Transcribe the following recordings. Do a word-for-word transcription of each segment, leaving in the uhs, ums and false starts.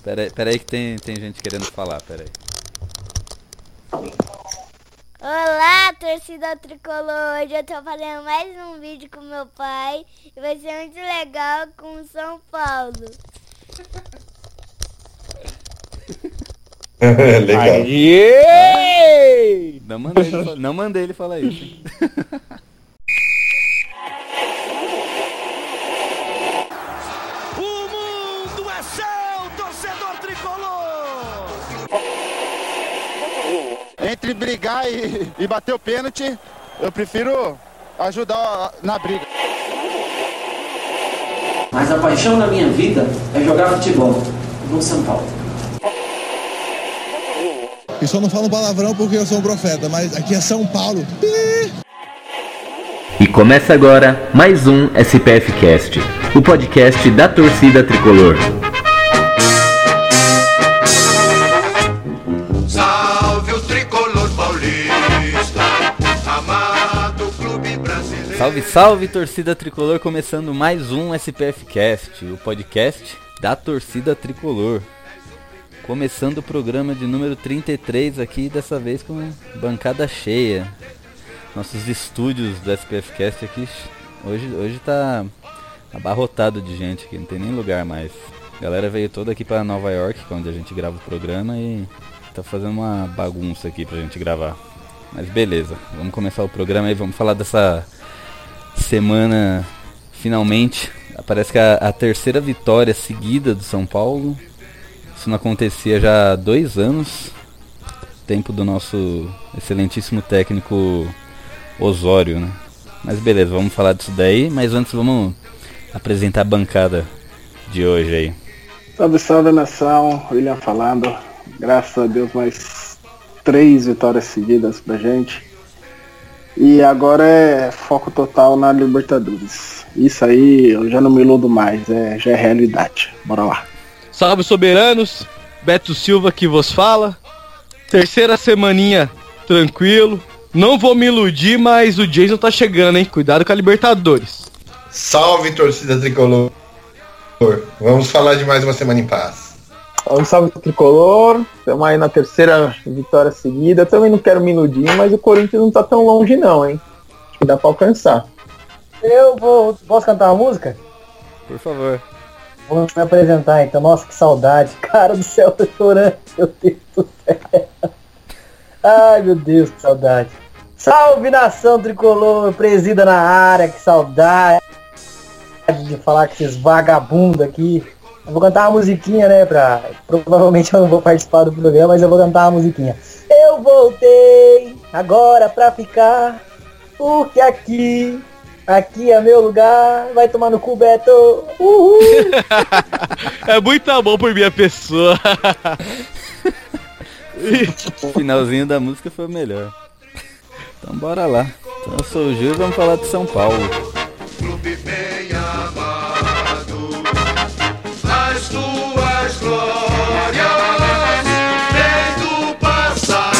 Pera aí, pera aí que tem, tem gente querendo falar, pera aí. Olá, torcida tricolor! Hoje eu tô fazendo mais um vídeo com meu pai e vai ser muito legal com o São Paulo. Legal. Aê! Não mandei ele, não mandei ele falar isso. Hein? O mundo é seu, torcedor tricolor! Entre brigar e, e bater o pênalti, eu prefiro ajudar na briga. Mas a paixão da minha vida é jogar futebol no São Paulo. Eu só não falo palavrão porque eu sou um profeta, mas aqui é São Paulo. E começa agora mais um S P F Cast, o podcast da torcida tricolor. Salve o tricolor paulista, amado clube brasileiro. Salve, salve, torcida tricolor, começando mais um S P F Cast, o podcast da torcida tricolor. Começando o programa de número trinta e três aqui, dessa vez com bancada cheia. Nossos estúdios do S P F Cast aqui, hoje, hoje tá abarrotado de gente aqui, não tem nem lugar mais. A galera veio toda aqui pra Nova York, que é onde a gente grava o programa, e tá fazendo uma bagunça aqui pra gente gravar. Mas beleza, vamos começar o programa aí, vamos falar dessa semana, finalmente. Parece que a, a terceira vitória seguida do São Paulo. Isso não acontecia já há dois anos, tempo do nosso excelentíssimo técnico Osório, né? Mas beleza, vamos falar disso daí, mas antes vamos apresentar a bancada de hoje aí. Salve, salve nação, William falando, graças a Deus mais três vitórias seguidas pra gente. E agora é foco total na Libertadores. Isso aí eu já não me iludo mais, é, já é realidade, bora lá. Salve soberanos, Beto Silva que vos fala. Terceira semaninha tranquilo. Não vou me iludir, mas o Jason tá chegando, hein? Cuidado com a Libertadores. Salve, torcida tricolor. Vamos falar de mais uma semana em paz. Salve, salve, tricolor. Estamos aí na terceira vitória seguida. Eu também não quero me iludir, mas o Corinthians não tá tão longe não, hein? Acho que dá pra alcançar. Eu vou... Posso cantar uma música? Por favor. Vou me apresentar então. Nossa, que saudade. Cara do céu, tô chorando. Meu Deus do céu. Ai, meu Deus, que saudade. Salve, nação tricolor, presida na área, que saudade de falar com esses vagabundos aqui. Eu vou cantar uma musiquinha, né, pra... Provavelmente eu não vou participar do programa, mas eu vou cantar uma musiquinha. Eu voltei agora pra ficar, porque aqui... Aqui é meu lugar, vai tomar no cu, Beto. Uhul. É muito bom por minha pessoa. O finalzinho da música foi o melhor. Então bora lá. Então eu sou o Gil e vamos falar de São Paulo. Clube bem amado, as tuas glórias vem do passado.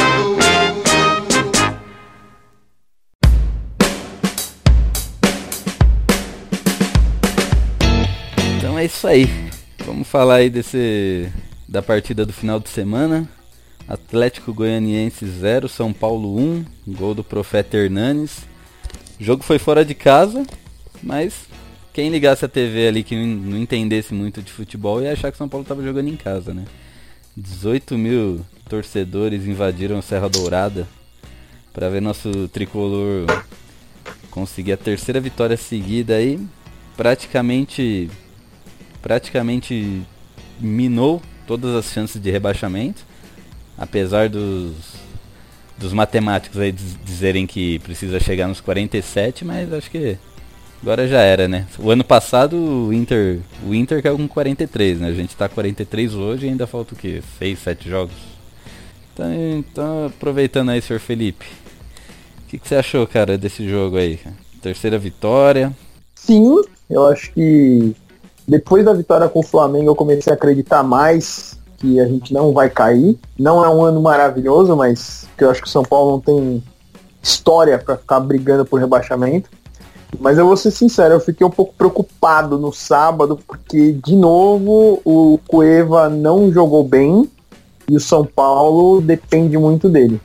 Então é isso aí. Vamos falar aí desse da partida do final de semana. Atlético Goianiense zero, São Paulo um, gol do Profeta Hernanes. O jogo foi fora de casa, mas quem ligasse a T V ali que não entendesse muito de futebol ia achar que o São Paulo estava jogando em casa, né? dezoito mil torcedores invadiram a Serra Dourada para ver nosso tricolor conseguir a terceira vitória seguida aí. Praticamente, praticamente minou todas as chances de rebaixamento. Apesar dos, dos matemáticos aí dizerem que precisa chegar nos quarenta e sete, mas acho que agora já era, né? O ano passado o Inter, o Inter caiu com quarenta e três, né? A gente tá com quarenta e três hoje e ainda falta o quê? seis, sete jogos. Então, então aproveitando aí, senhor Felipe, o que, que você achou, cara, desse jogo aí? Terceira vitória. Sim, eu acho que depois da vitória com o Flamengo eu comecei a acreditar mais que a gente não vai cair. Não é um ano maravilhoso, mas que eu acho que o São Paulo não tem história para ficar brigando por rebaixamento. Mas eu vou ser sincero, eu fiquei um pouco preocupado no sábado, porque, de novo, o Cueva não jogou bem e o São Paulo depende muito dele.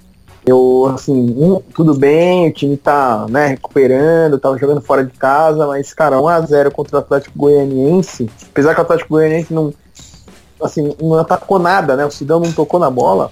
Eu, assim, um, tudo bem, o time tá, né, recuperando, tava jogando fora de casa, mas, cara, um a zero contra o Atlético Goianiense, apesar que o Atlético Goianiense não, assim, não atacou nada, né, o Sidão não tocou na bola,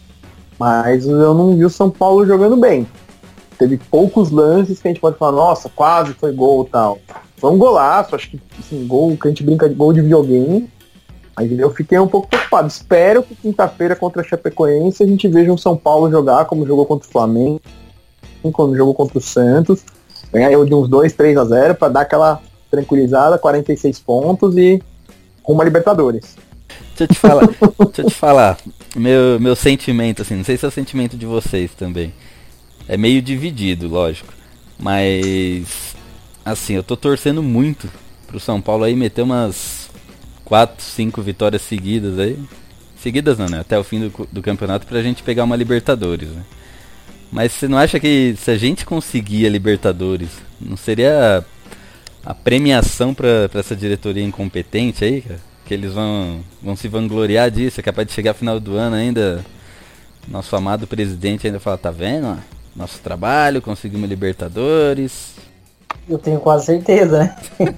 mas eu não vi o São Paulo jogando bem. Teve poucos lances que a gente pode falar, nossa, quase foi gol e tal. Foi um golaço, acho que, assim, gol que a gente brinca de gol de videogame. Mas eu fiquei um pouco preocupado. Espero que quinta-feira contra a Chapecoense a gente veja um São Paulo jogar como jogou contra o Flamengo, como jogou contra o Santos. Ganhar de uns dois, três a zero para dar aquela tranquilizada, quarenta e seis pontos e rumo a Libertadores. Deixa eu te falar, deixa eu te falar. Meu, meu sentimento, assim, não sei se é o sentimento de vocês também. É meio dividido, lógico. Mas, assim, eu tô torcendo muito pro São Paulo aí meter umas quatro, cinco vitórias seguidas aí. Seguidas não, né? Até o fim do, do campeonato pra gente pegar uma Libertadores, né? Mas você não acha que se a gente conseguir a Libertadores, não seria a, a premiação pra, pra essa diretoria incompetente aí, cara? Que eles vão, vão se vangloriar disso, é capaz de chegar final do ano ainda, nosso amado presidente ainda fala, tá vendo, ó? Nosso trabalho, conseguimos Libertadores. Eu tenho quase certeza, né?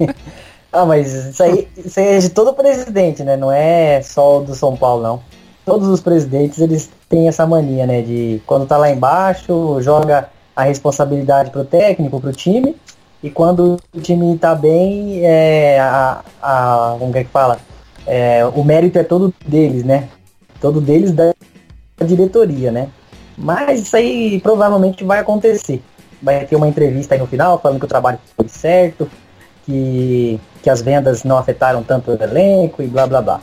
Ah, mas isso aí, isso aí é de todo presidente, né? Não é só do São Paulo, não. Todos os presidentes, eles têm essa mania, né? De quando tá lá embaixo, joga a responsabilidade pro técnico, pro time. E quando o time tá bem, é, a, a, como é que fala? É, o mérito é todo deles, né? Todo deles da diretoria, né? Mas isso aí provavelmente vai acontecer. Vai ter uma entrevista aí no final falando que o trabalho foi certo, que, que as vendas não afetaram tanto o elenco e blá blá blá.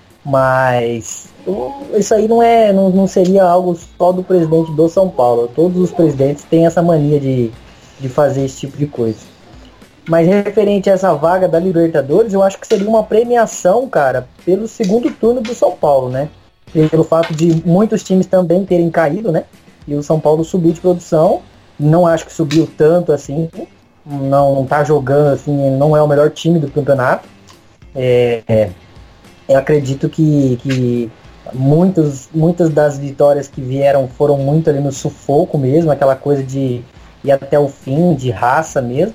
Mas isso aí não, é, não, não seria algo só do presidente do São Paulo. Todos os presidentes têm essa mania de, de fazer esse tipo de coisa. Mas referente a essa vaga da Libertadores, eu acho que seria uma premiação, cara, pelo segundo turno do São Paulo, né? Pelo fato de muitos times também terem caído, né? E o São Paulo subiu de produção. Não acho que subiu tanto assim. Não tá jogando assim, não é o melhor time do campeonato. É, é, eu acredito que, que muitos, muitas das vitórias que vieram foram muito ali no sufoco mesmo, aquela coisa de ir até o fim, de raça mesmo.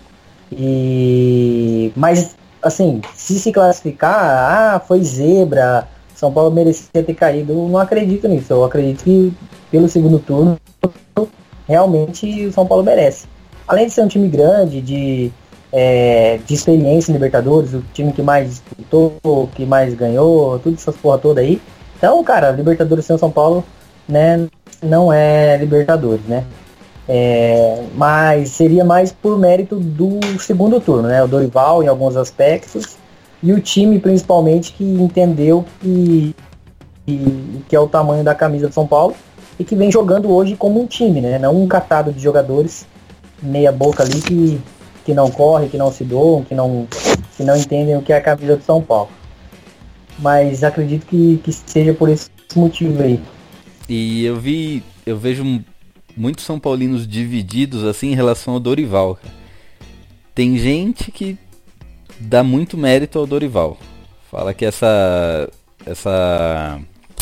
E, mas, assim, se se classificar, ah, foi zebra, São Paulo merecia ter caído, eu não acredito nisso. Eu acredito que pelo segundo turno, realmente o São Paulo merece. Além de ser um time grande, de, é, de experiência em Libertadores, o time que mais disputou, que mais ganhou, tudo essas porra toda aí. Então, cara, Libertadores sem o São Paulo, né, não é Libertadores, né? É, mas seria mais por mérito do segundo turno, né? O Dorival em alguns aspectos e o time principalmente que entendeu que, que, que é o tamanho da camisa do São Paulo e que vem jogando hoje como um time, né? Não um catado de jogadores meia boca ali que, que não corre, que não se doam, que não, que não entendem o que é a camisa do São Paulo. Mas acredito que, que seja por esse motivo aí. E eu vi, eu vejo muitos São Paulinos divididos assim em relação ao Dorival. Tem gente que dá muito mérito ao Dorival. Fala que essa essa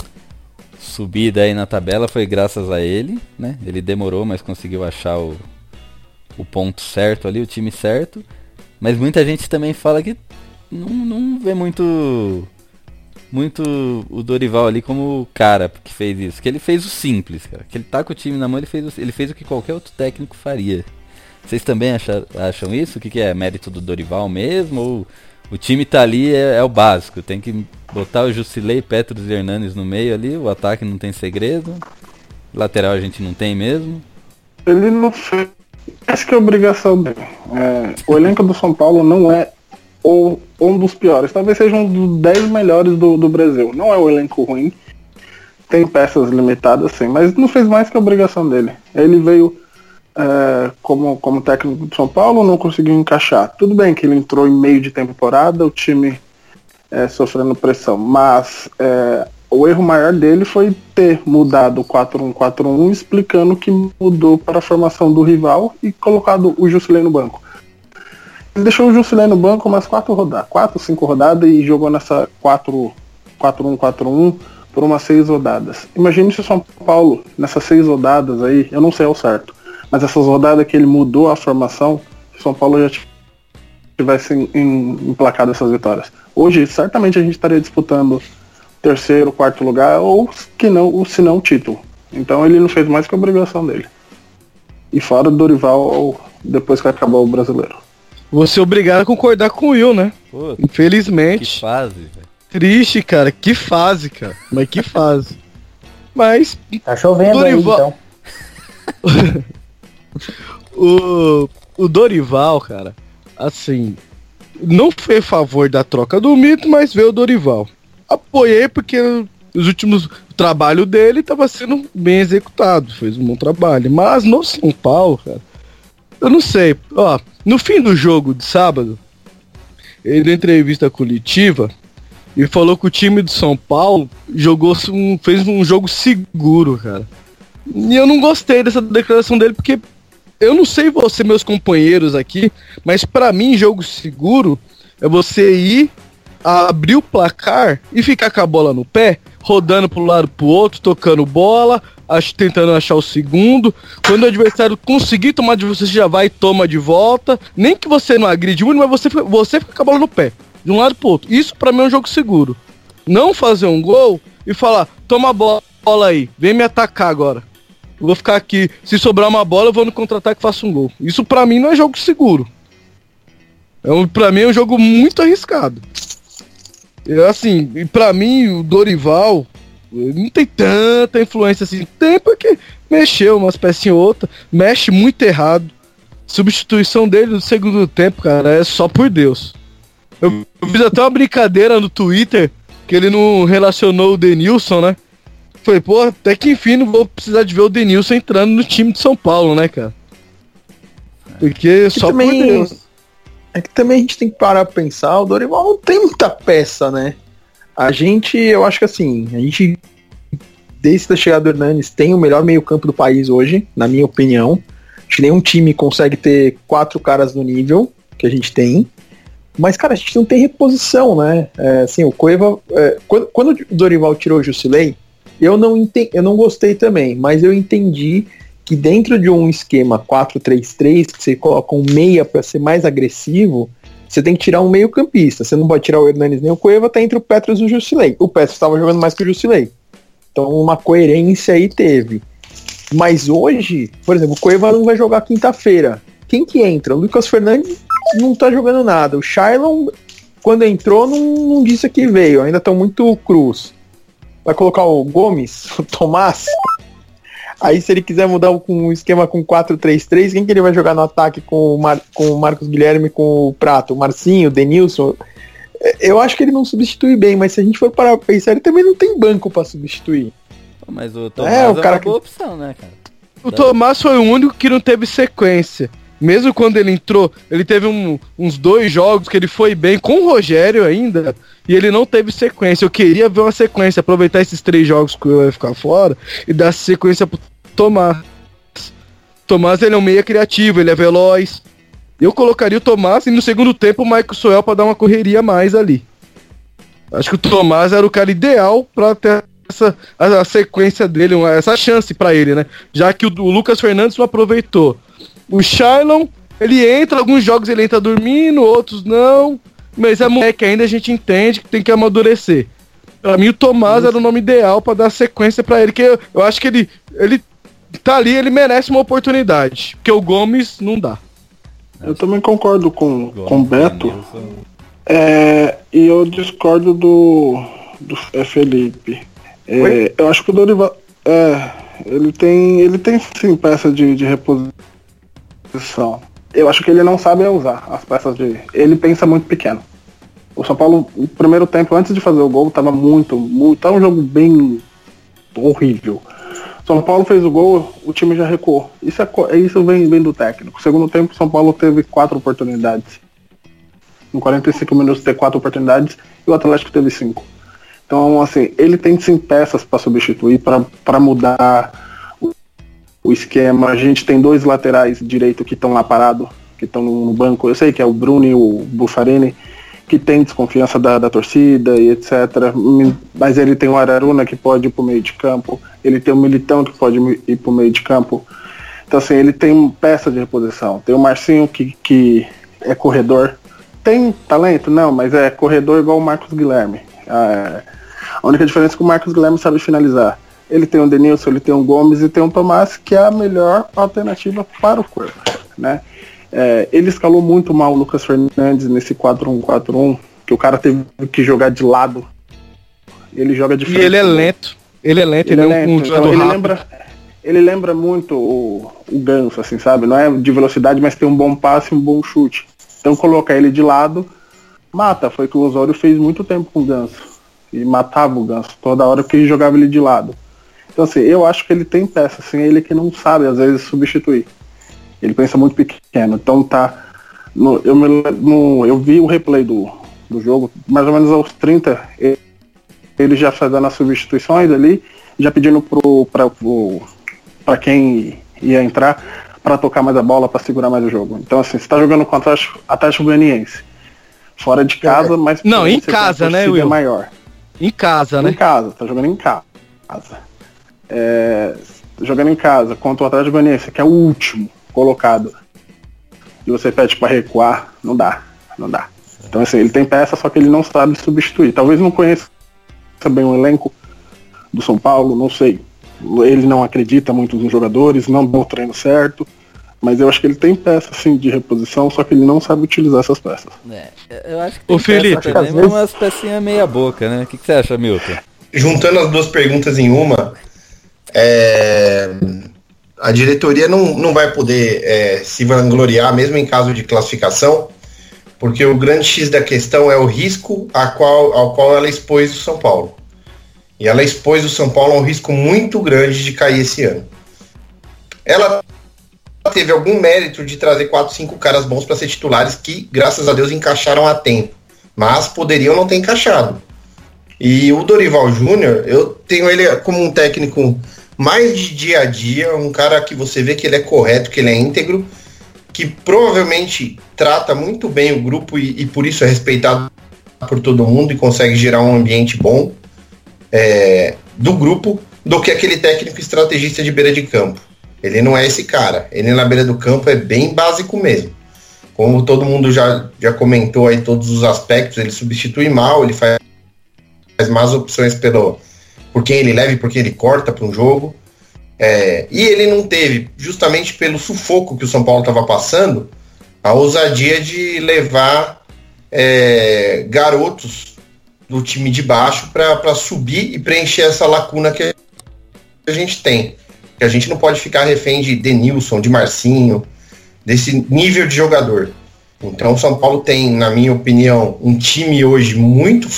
subida aí na tabela foi graças a ele, né? Ele demorou, mas conseguiu achar o, o ponto certo ali, o time certo. Mas muita gente também fala que não, não vê muito muito o Dorival ali como o cara que fez isso, que ele fez o simples, cara. Que ele tá com o time na mão, ele fez o, ele fez o que qualquer outro técnico faria. Vocês também acham, acham isso? O que, que é? Mérito do Dorival mesmo? Ou o time tá ali, é, é o básico? Tem que botar o Jusilei, Petros e Hernanes no meio ali, o ataque não tem segredo, lateral a gente não tem mesmo. Ele não fez. Acho que é obrigação dele. É, o elenco do São Paulo não é ou um dos piores, talvez seja um dos dez melhores do, do Brasil. Não é um elenco ruim, tem peças limitadas sim, mas não fez mais que a obrigação dele. Ele veio é, como, como técnico do São Paulo, não conseguiu encaixar. Tudo bem que ele entrou em meio de temporada, o time é, sofrendo pressão, mas é, o erro maior dele foi ter mudado o quatro um quatro um, explicando que mudou para a formação do rival e colocado o Jusilei no banco. ele deixou o Jusilei no banco umas quatro rodadas, quatro, cinco rodadas e jogou nessa quatro um quatro um por umas seis rodadas. Imagine se o São Paulo, nessas seis rodadas aí, eu não sei ao certo, mas essas rodadas que ele mudou a formação, o São Paulo já tivesse em, em, emplacado essas vitórias. Hoje, certamente a gente estaria disputando terceiro, quarto lugar, ou que não, ou se não o título. Então ele não fez mais que a obrigação dele. E fora o Dorival, depois que acabou o Brasileiro. Você é obrigado a concordar com o Will, né? Pô, infelizmente. Que fase, velho. Triste, cara. Que fase, cara. Mas que fase. Mas... Tá chovendo Dorival... aí, então. o, o Dorival, cara, assim, não fez favor da troca do Mito, mas veio o Dorival. Apoiei porque os últimos... O trabalho dele estava sendo bem executado. Fez um bom trabalho. Mas no São Paulo, cara, eu não sei. Ó, no fim do jogo de sábado, ele deu entrevista coletiva e falou que o time do São Paulo jogou um, fez um jogo seguro, cara. E eu não gostei dessa declaração dele, porque eu não sei você, meus companheiros aqui, mas pra mim jogo seguro é você ir, abrir o placar e ficar com a bola no pé, rodando pro lado pro outro, tocando bola, ach, tentando achar o segundo. Quando o adversário conseguir tomar de você, você já vai e toma de volta. Nem que você não agride muito, mas você, você fica com a bola no pé, de um lado pro outro. Isso pra mim é um jogo seguro. Não fazer um gol e falar, toma a bola aí, vem me atacar agora. Eu vou ficar aqui, se sobrar uma bola eu vou no contra-ataque e faço um gol. Isso pra mim não é jogo seguro. É um, pra mim é um jogo muito arriscado. Eu, assim, e pra mim o Dorival não tem tanta influência assim. Tem porque mexeu umas pecinhas ou outra, mexe muito errado. Substituição dele no segundo tempo, cara, é só por Deus. Eu, eu fiz até uma brincadeira no Twitter que ele não relacionou o Denilson, né? Falei, pô, até que enfim não vou precisar de ver o Denilson entrando no time de São Paulo, né, cara? Porque que só também, por Deus. É que também a gente tem que parar pra pensar, o Dorival não tem muita peça, né? A gente, eu acho que assim, a gente, desde a chegada do Hernanes, tem o melhor meio campo do país hoje, na minha opinião. Acho que nenhum time consegue ter quatro caras no nível que a gente tem. Mas, cara, a gente não tem reposição, né? É, assim, o Cueva... É, quando, quando o Dorival tirou o Jusilei, eu não, entendi, eu não gostei também, mas eu entendi que dentro de um esquema quatro três três, que você coloca um meia para ser mais agressivo, você tem que tirar um meio campista. Você não pode tirar o Hernanes nem o Cueva, tá entre o Petros e o Jusilei. O Petros estava jogando mais que o Jusilei. Então uma coerência aí teve. Mas hoje, por exemplo, o Cueva não vai jogar quinta-feira. Quem que entra? O Lucas Fernandes não tá jogando nada. O Shailon, quando entrou, não, não disse que veio. Ainda estão muito cruz. Vai colocar o Gomes, o Tomás. Aí se ele quiser mudar um, um esquema com quatro três três, quem que ele vai jogar no ataque com o, Mar, com o Marcos Guilherme e com o Prato? O Marcinho, o Denilson? Eu acho que ele não substitui bem, mas se a gente for parar pra pensar, ele também não tem banco pra substituir. Mas o Tomás é, o é cara uma boa que... opção, né, cara? O Tomás foi o único que não teve sequência. Mesmo quando ele entrou, ele teve um, uns dois jogos que ele foi bem com o Rogério ainda, e ele não teve sequência. Eu queria ver uma sequência, aproveitar esses três jogos que eu ia ficar fora e dar sequência pro Tomás. Tomás, ele é um meia criativo, ele é veloz. Eu colocaria o Tomás e no segundo tempo o Michael Soel pra dar uma correria a mais ali. Acho que o Tomás era o cara ideal pra ter essa a, a sequência dele, uma, essa chance pra ele, né? Já que o, o Lucas Fernandes não aproveitou. O Shailon, ele entra, alguns jogos ele entra dormindo, outros não. Mas é moleque, ainda a gente entende que tem que amadurecer. Pra mim o Tomás era o nome ideal pra dar sequência pra ele, que eu, eu acho que ele, ele tá ali, ele merece uma oportunidade. Porque o Gomes não dá. Eu também concordo com, com o Beto. É, e eu discordo do, do é, Felipe. É, eu acho que o Dorival. É, ele tem. Ele tem sim peça de, de reposição. Eu acho que ele não sabe usar as peças de. Ele pensa muito pequeno. O São Paulo, no primeiro tempo, antes de fazer o gol, tava muito, muito. Tava um jogo bem horrível. São Paulo fez o gol, o time já recuou. Isso, é, isso vem, vem do técnico. Segundo tempo, São Paulo teve quatro oportunidades. Em quarenta e cinco minutos teve quatro oportunidades e o Atlético teve cinco. Então, assim, ele tem sim peças para substituir, para mudar o, o esquema. A gente tem dois laterais direito que estão lá parados, que estão no banco, eu sei que é o Bruno e o Buffarini, que tem desconfiança da, da torcida e etcétera. Mas ele tem o Araruna que pode ir pro meio de campo, ele tem o Militão que pode ir pro meio de campo. Então assim, ele tem peça de reposição. Tem o Marcinho que, que é corredor. Tem talento? Não, mas é corredor igual o Marcos Guilherme. A, a única diferença é que o Marcos Guilherme sabe finalizar. Ele tem o Denilson, ele tem o Gomes e tem o Tomás, que é a melhor alternativa para o Cueva, né? É, ele escalou muito mal o Lucas Fernandes nesse quatro um quatro um, que o cara teve que jogar de lado. Ele joga de frente. E ele é lento. Ele é lento, ele, ele é um, um então, ele lembra, ele lembra muito o, o Ganso, assim, sabe? Não é de velocidade, mas tem um bom passe e um bom chute. Então colocar ele de lado, mata. Foi o que o Osório fez muito tempo com o Ganso. E matava o Ganso toda hora que ele jogava ele de lado. Então assim, eu acho que ele tem peça, assim, ele que não sabe às vezes substituir. Ele pensa muito pequeno. Então tá. No, eu, me, no, eu vi o replay do, do jogo, mais ou menos aos trinta, ele, ele já fazendo as substituições ali, já pedindo pro, pra, pro, pra quem ia entrar para tocar mais a bola, para segurar mais o jogo. Então assim, você tá jogando contra o Atlético Goianiense. Fora de casa, mas não, em casa, né, Will? Maior. Em casa, né? Em casa, tá jogando em casa. É, jogando em casa contra o Atlético Goianiense, que é o último colocado, e você pede para recuar, não dá, não dá. Então assim, ele tem peça, só que ele não sabe substituir. Talvez não conheça bem o elenco do São Paulo, não sei. Ele não acredita muito nos jogadores, não dá o treino certo, mas eu acho que ele tem peça assim de reposição, só que ele não sabe utilizar essas peças. É, eu acho que tem Ô, Felipe, peça também, mas umas pecinhas meia boca, né? O que, que você acha, Milton? Juntando as duas perguntas em uma, é... a diretoria não, não vai poder é, se vangloriar, mesmo em caso de classificação, porque o grande X da questão é o risco a qual, ao qual ela expôs o São Paulo. E ela expôs o São Paulo a um risco muito grande de cair esse ano. Ela teve algum mérito de trazer quatro, cinco caras bons para ser titulares que, graças a Deus, encaixaram a tempo. Mas poderiam não ter encaixado. E o Dorival Júnior, eu tenho ele como um técnico mais de dia a dia, um cara que você vê que ele é correto, que ele é íntegro, que provavelmente trata muito bem o grupo e, e por isso é respeitado por todo mundo e consegue gerar um ambiente bom é, do grupo, do que aquele técnico estrategista de beira de campo. Ele não é esse cara. Ele na beira do campo é bem básico mesmo. Como todo mundo já, já comentou aí todos os aspectos, ele substitui mal, ele faz más opções pelo, por quem ele leva e por quem ele corta para um jogo. É, e ele não teve, justamente pelo sufoco que o São Paulo estava passando, a ousadia de levar é, garotos do time de baixo para subir e preencher essa lacuna que a gente tem. Que a gente não pode ficar refém de Denilson, de Marcinho, desse nível de jogador. Então o São Paulo tem, na minha opinião, um time hoje muito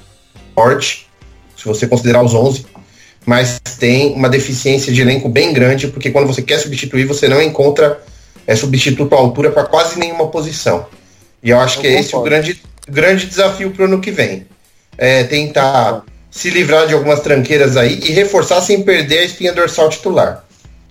forte, se você considerar os onze, mas tem uma deficiência de elenco bem grande, porque quando você quer substituir, você não encontra é, substituto à altura para quase nenhuma posição. E eu acho eu que é esse o grande, grande desafio para o ano que vem. É tentar se livrar de algumas tranqueiras aí e reforçar sem perder a espinha dorsal titular.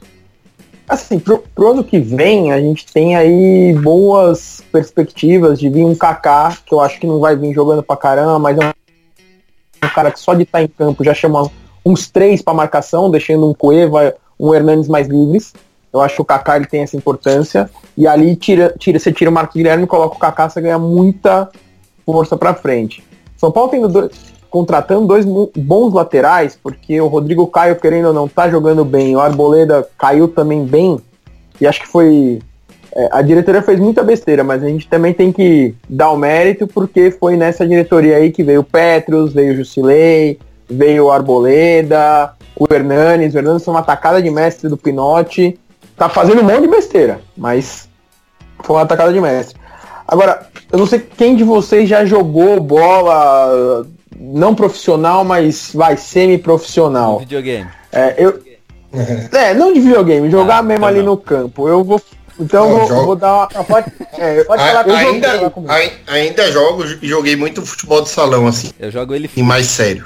Assim, pro, pro ano que vem, a gente tem aí boas perspectivas de vir um Kaká, que eu acho que não vai vir jogando pra caramba, mas é um, um cara que só de estar em campo já chama uns três pra marcação, deixando um Cueva, um Hernandes mais livres. Eu acho que o Kaká ele tem essa importância. E ali tira, tira, você tira o Marcos Guilherme e coloca o Kaká, você ganha muita força pra frente. São Paulo tem dois, contratando dois bons laterais, porque o Rodrigo Caio, querendo ou não, tá jogando bem, o Arboleda caiu também bem, e acho que foi... É, a diretoria fez muita besteira, mas a gente também tem que dar o mérito, porque foi nessa diretoria aí que veio o Petros, veio o Jusilei, veio o Arboleda, o Hernanes. O Hernanes foi uma atacada de mestre do Pinotti, tá fazendo um monte de besteira, mas foi uma atacada de mestre. Agora, eu não sei quem de vocês já jogou bola... não profissional, mas vai, semi-profissional. Videogame. É, eu, é, não de videogame, jogar ah, mesmo tá ali não. no campo. Eu vou. Então eu vou, vou dar uma. Pode, é, pode a, falar que eu ainda, jogo, a, ainda jogo e joguei muito futebol de salão, assim. Eu jogo ele e mais sério.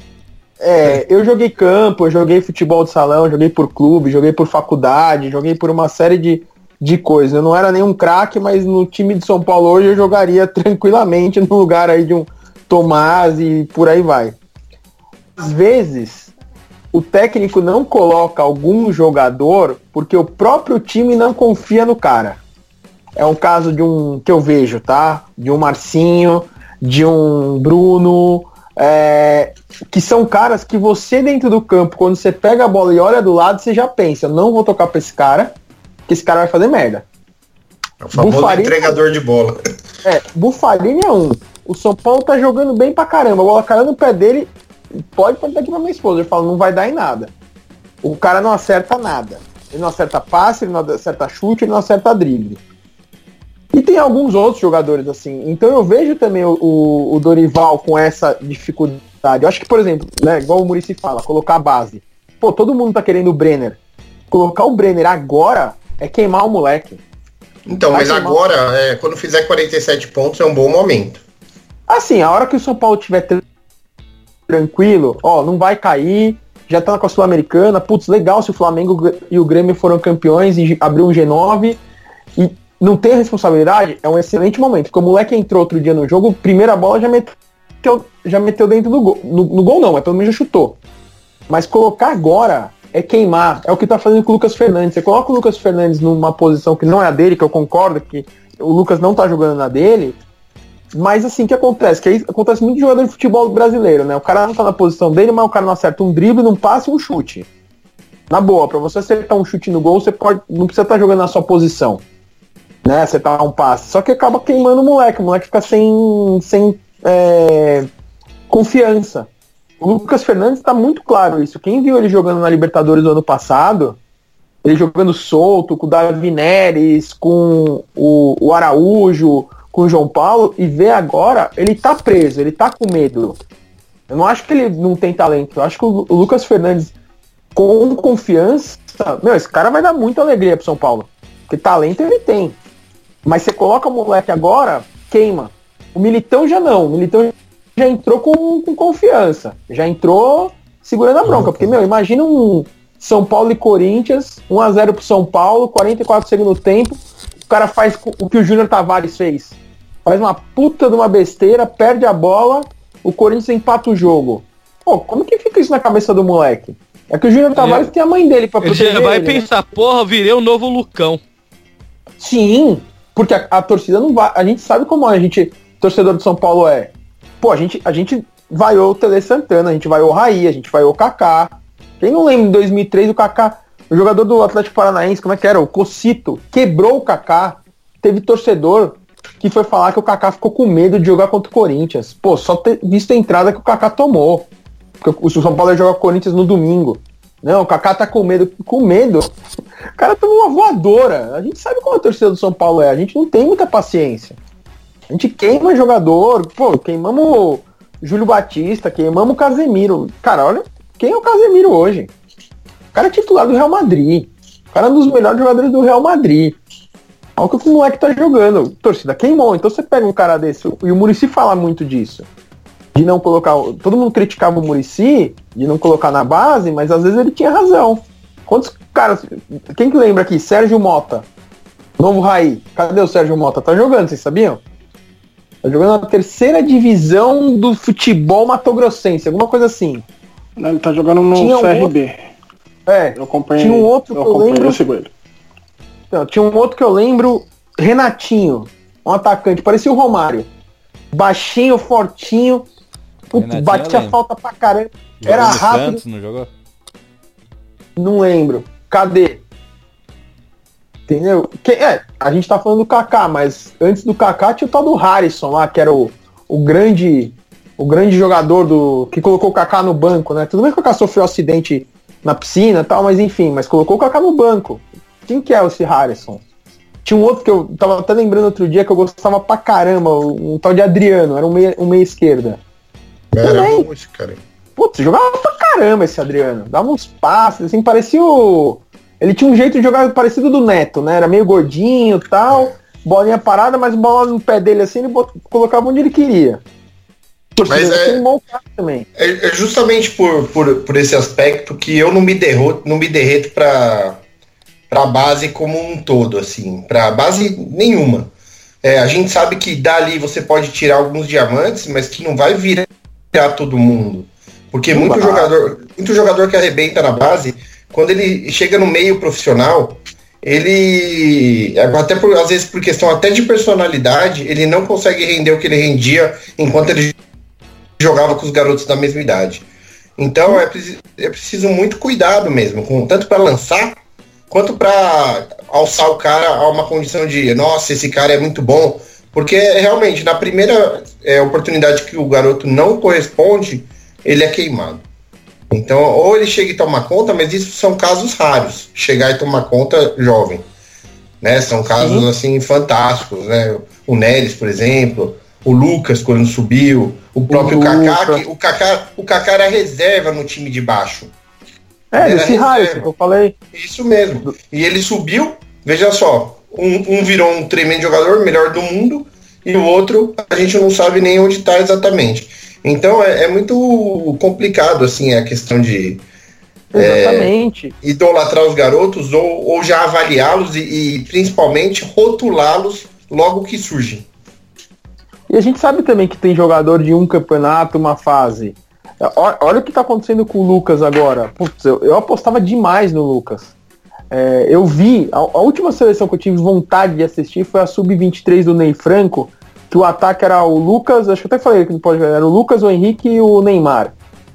É, eu joguei campo, eu joguei futebol de salão, joguei por clube, joguei por faculdade, joguei por uma série de, de coisa. Eu não era nenhum craque, mas no time de São Paulo hoje eu jogaria tranquilamente no lugar aí de um Tomás e por aí vai. Às vezes, o técnico não coloca algum jogador porque o próprio time não confia no cara. É um caso de um que eu vejo, tá? De um Marcinho, de um Bruno, é, que são caras que você dentro do campo, quando você pega a bola e olha do lado, você já pensa, não vou tocar pra esse cara, que esse cara vai fazer merda. É o famoso Buffarini, entregador de bola. É, Buffarini é um. O São Paulo tá jogando bem pra caramba, a bola caiu no pé dele, pode perguntar aqui pra minha esposa, eu falo, não vai dar em nada. O cara não acerta nada. Ele não acerta passe, ele não acerta chute, ele não acerta drible. E tem alguns outros jogadores assim. Então eu vejo também o, o, o Dorival com essa dificuldade. Eu acho que, por exemplo, né, igual o Muricy fala, colocar a base. Pô, todo mundo tá querendo o Brenner. Colocar o Brenner agora é queimar o moleque. Então, vai mas queimar... agora, é, quando fizer quarenta e sete pontos, é um bom momento. Assim, a hora que o São Paulo tiver tr- tranquilo, ó, não vai cair, já tá com a Sul-Americana, putz, legal se o Flamengo e o Grêmio foram campeões e abriu um G nove e não tem a responsabilidade, é um excelente momento. Porque o moleque entrou outro dia no jogo, primeira bola já meteu, já meteu dentro do gol. No, no gol não, mas pelo menos já chutou. Mas colocar agora é queimar. É o que tá fazendo com o Lucas Fernandes. Você coloca o Lucas Fernandes numa posição que não é a dele, que eu concordo que o Lucas não tá jogando na dele. Mas assim, o que acontece? Que aí acontece muito de jogador de futebol brasileiro, né? O cara não tá na posição dele, mas o cara não acerta um drible, não passa e um chute. Na boa, pra você acertar um chute no gol, você pode, não precisa estar jogando na sua posição. Né, você tá um passe, só que acaba queimando o moleque, o moleque fica sem, sem é, confiança. O Lucas Fernandes tá muito claro isso. Quem viu ele jogando na Libertadores do ano passado, ele jogando solto, com o Davi Neres, com o, o Araújo, com o João Paulo, e vê agora, ele tá preso, ele tá com medo. Eu não acho que ele não tem talento, eu acho que o, o Lucas Fernandes, com confiança, meu, esse cara vai dar muita alegria pro São Paulo, porque talento ele tem. Mas você coloca o moleque agora, queima. O Militão já não. O Militão já entrou com, com confiança. Já entrou segurando a bronca. Porque, meu, imagina um São Paulo e Corinthians, um a zero pro São Paulo, quarenta e quatro segundo tempo. O cara faz o que o Júnior Tavares fez. Faz uma puta de uma besteira, perde a bola, o Corinthians empata o jogo. Pô, como que fica isso na cabeça do moleque? É que o Júnior Tavares tem a mãe dele pra proteger ele. Ele vai pensar, né? Porra, virei o novo Lucão. Sim. Porque a, a torcida não vai. A gente sabe como a gente, torcedor de São Paulo, é. Pô, a gente, a gente vaiou o Tele Santana, a gente vaiou o Raí, a gente vaiou o Kaká. Quem não lembra em dois mil e três o Kaká, o jogador do Atlético Paranaense, como é que era? O Cocito, quebrou o Kaká. Teve torcedor que foi falar que o Kaká ficou com medo de jogar contra o Corinthians. Pô, só ter visto a entrada que o Kaká tomou. Porque o São Paulo ia jogar com o Corinthians no domingo. Não, o Kaká tá com medo. Com medo? O cara tomou uma voadora. A gente sabe como a torcida do São Paulo é. A gente não tem muita paciência. A gente queima jogador. Pô, queimamos o Júlio Batista, queimamos o Casemiro. Cara, olha, quem é o Casemiro hoje? O cara é titular do Real Madrid. O cara é um dos melhores jogadores do Real Madrid. Olha o que o moleque tá jogando. Torcida queimou. Então você pega um cara desse. E o Muricy fala muito disso. De não colocar. Todo mundo criticava o Muricy de não colocar na base, mas às vezes ele tinha razão. Quantos caras. Quem que lembra aqui? Sérgio Mota. Novo Raí. Cadê o Sérgio Mota? Tá jogando, vocês sabiam? Tá jogando na terceira divisão do futebol matogrossense, alguma coisa assim. Não, ele tá jogando no tinha C R B. Um outro... É, eu acompanhei, tinha um outro eu que eu lembro. Eu Não, tinha um outro que eu lembro. Renatinho. Um atacante, parecia o Romário. Baixinho, fortinho. Putz, batia falta pra caramba. Jogou era no rápido. Santos, não jogou? Não lembro. Cadê? Entendeu? Que, é, a gente tá falando do Kaká, mas antes do Kaká tinha o tal do Harrison lá, que era o, o grande o grande jogador do que colocou o Kaká no banco, né? Tudo bem que o Kaká sofreu um acidente na piscina e tal, mas enfim, mas colocou o Kaká no banco. Quem que é esse Harrison? Tinha um outro que eu tava até lembrando outro dia que eu gostava pra caramba, um, um tal de Adriano, era um meia, um meia esquerda. Era bom esse cara. Putz, jogava pra caramba esse Adriano. Dava uns passes, assim, parecia o... Ele tinha um jeito de jogar parecido do Neto, né? Era meio gordinho e tal, é. Bolinha parada, mas bola no pé dele assim, ele bot... colocava onde ele queria. Mas é, também. é justamente por, por, por esse aspecto que eu não me derroto, não me derreto pra, para a base como um todo, assim, para a base nenhuma. É, a gente sabe que dali você pode tirar alguns diamantes, mas que não vai virar todo mundo. Porque muito jogador, muito jogador que arrebenta na base, quando ele chega no meio profissional, ele, até por, às vezes por questão até de personalidade, ele não consegue render o que ele rendia enquanto ele jogava com os garotos da mesma idade. Então é, é preciso muito cuidado mesmo, com, tanto para lançar, quanto para alçar o cara a uma condição de, nossa, esse cara é muito bom, porque realmente na primeira é, oportunidade que o garoto não corresponde, ele é queimado. Então, ou ele chega e toma conta, mas isso são casos raros, chegar e tomar conta jovem, né? São casos Sim. assim fantásticos, né? O Neres, por exemplo, o Lucas quando subiu, o próprio o Kaká, que, o Kaká, o Kaká era reserva no time de baixo. É, esse raio que eu falei. Isso mesmo. E ele subiu, veja só, um, um virou um tremendo jogador, melhor do mundo, e o outro a gente não sabe nem onde está exatamente. Então é, é muito complicado assim a questão de Exatamente. É, idolatrar os garotos ou, ou já avaliá-los e, e principalmente rotulá-los logo que surgem. E a gente sabe também que tem jogador de um campeonato, uma fase. Olha, olha o que está acontecendo com o Lucas agora. Putz, eu, eu apostava demais no Lucas. É, eu vi, a, a última seleção que eu tive vontade de assistir foi a sub vinte e três do Ney Franco, que o ataque era o Lucas, acho que eu até falei que não pode ver, era o Lucas, o Henrique e o Neymar.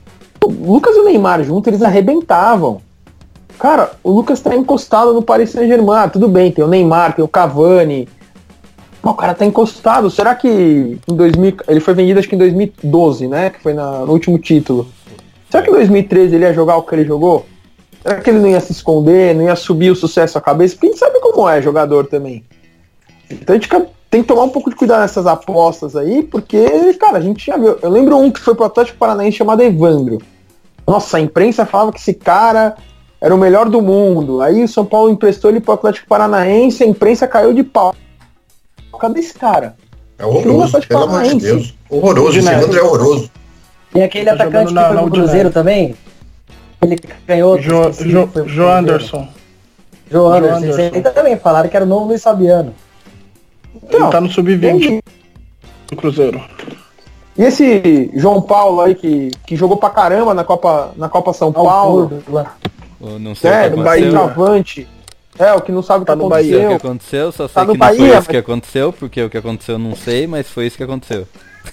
O Lucas e o Neymar juntos, eles arrebentavam. Cara, o Lucas tá encostado no Paris Saint-Germain. Ah, tudo bem, tem o Neymar, tem o Cavani. Mas o cara tá encostado. Será que em dois mil... Ele foi vendido acho que em dois mil e doze, né? Que foi na, no último título. Será que em dois mil e treze ele ia jogar o que ele jogou? Será que ele não ia se esconder, não ia subir o sucesso à cabeça? Porque a gente sabe como é jogador também. Então a gente tem que tomar um pouco de cuidado nessas apostas aí, porque, cara, a gente já viu. Eu lembro um que foi pro Atlético Paranaense chamado Evandro. Nossa, a imprensa falava que esse cara era o melhor do mundo. Aí o São Paulo emprestou ele pro Atlético Paranaense, a imprensa caiu de pau. Cadê esse cara? É horroroso, pelo amor de Deus. Horroroso, esse Evandro é horroroso. Tem aquele tá atacante na, que foi pro Cruzeiro também. Ele ganhou. Jo, jo, jo Anderson. Jo Anderson. Esse aí também falaram que era o novo Luiz Fabiano. Então, ele tá no sub vinte do Cruzeiro. E esse João Paulo aí que, que jogou pra caramba na Copa, na Copa São Paulo. Oh, não sei é, o que no Bahia Avante. É, o que não sabe o tá que aconteceu. Bahia. O que aconteceu, só sei tá que não Bahia, foi isso mas... que aconteceu, porque o que aconteceu eu não sei, mas foi isso que aconteceu.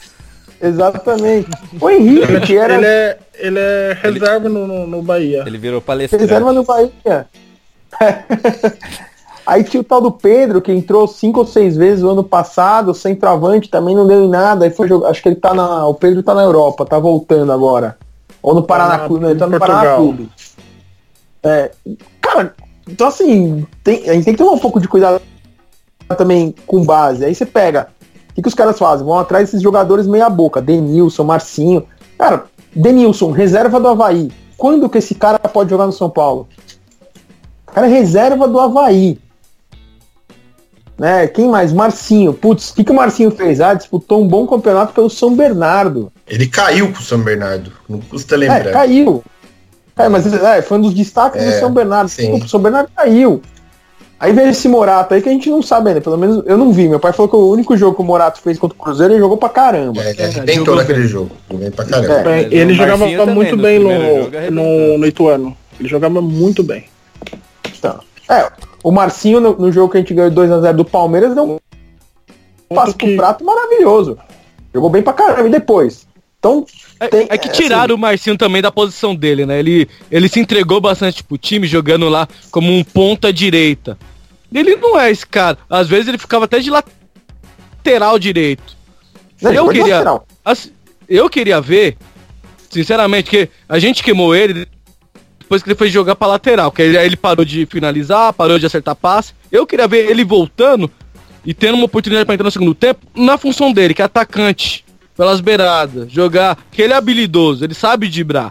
Exatamente. O Henrique, que era... Ele é, ele é reserva ele... no, no, no Bahia. Ele virou palestrante. Reserva no Bahia. Aí tinha o tal do Pedro, que entrou cinco ou seis vezes no ano passado, centroavante, também não deu em nada. Aí foi jogar. Acho que ele tá na. O Pedro tá na Europa, tá voltando agora. Ou no Paraná Clube, né? Ele tá no Paraná Clube. É, cara, então assim, tem, a gente tem que tomar um pouco de cuidado também com base. Aí você pega. O que, que os caras fazem? Vão atrás desses jogadores meia boca. Denilson, Marcinho. Cara, Denilson, reserva do Avaí. Quando que esse cara pode jogar no São Paulo? O cara é reserva do Avaí. Né? Quem mais? Marcinho. Putz, o que, que o Marcinho fez? Ah, disputou um bom campeonato pelo São Bernardo. Ele caiu com o São Bernardo. Não custa lembrar. É, caiu. É, mas é, foi um dos destaques é, do São Bernardo. Sim. O São Bernardo caiu. Aí veio esse Morato aí que a gente não sabe ainda. Pelo menos eu não vi. Meu pai falou que o único jogo que o Morato fez contra o Cruzeiro, ele jogou pra caramba. É, ele tentou naquele jogo. Jogou pra caramba. É, ele jogava muito bem no, no, no Ituano. Ele jogava muito bem. Então, é, o Marcinho no, no jogo que a gente ganhou dois a zero do Palmeiras deu um passo que... pro prato maravilhoso. Jogou bem pra caramba. E depois? Então, tem, é, é que tiraram assim, o Marcinho também da posição dele, né? Ele, ele se entregou bastante pro time, jogando lá como um ponta direita. Ele não é esse cara. Às vezes ele ficava até de lateral direito. Não, eu queria assim, eu queria ver, sinceramente, que a gente queimou ele depois que ele foi jogar pra lateral, que aí ele parou de finalizar, parou de acertar passe. Eu queria ver ele voltando e tendo uma oportunidade pra entrar no segundo tempo na função dele, que é atacante, pelas beiradas, jogar, que ele é habilidoso, ele sabe driblar.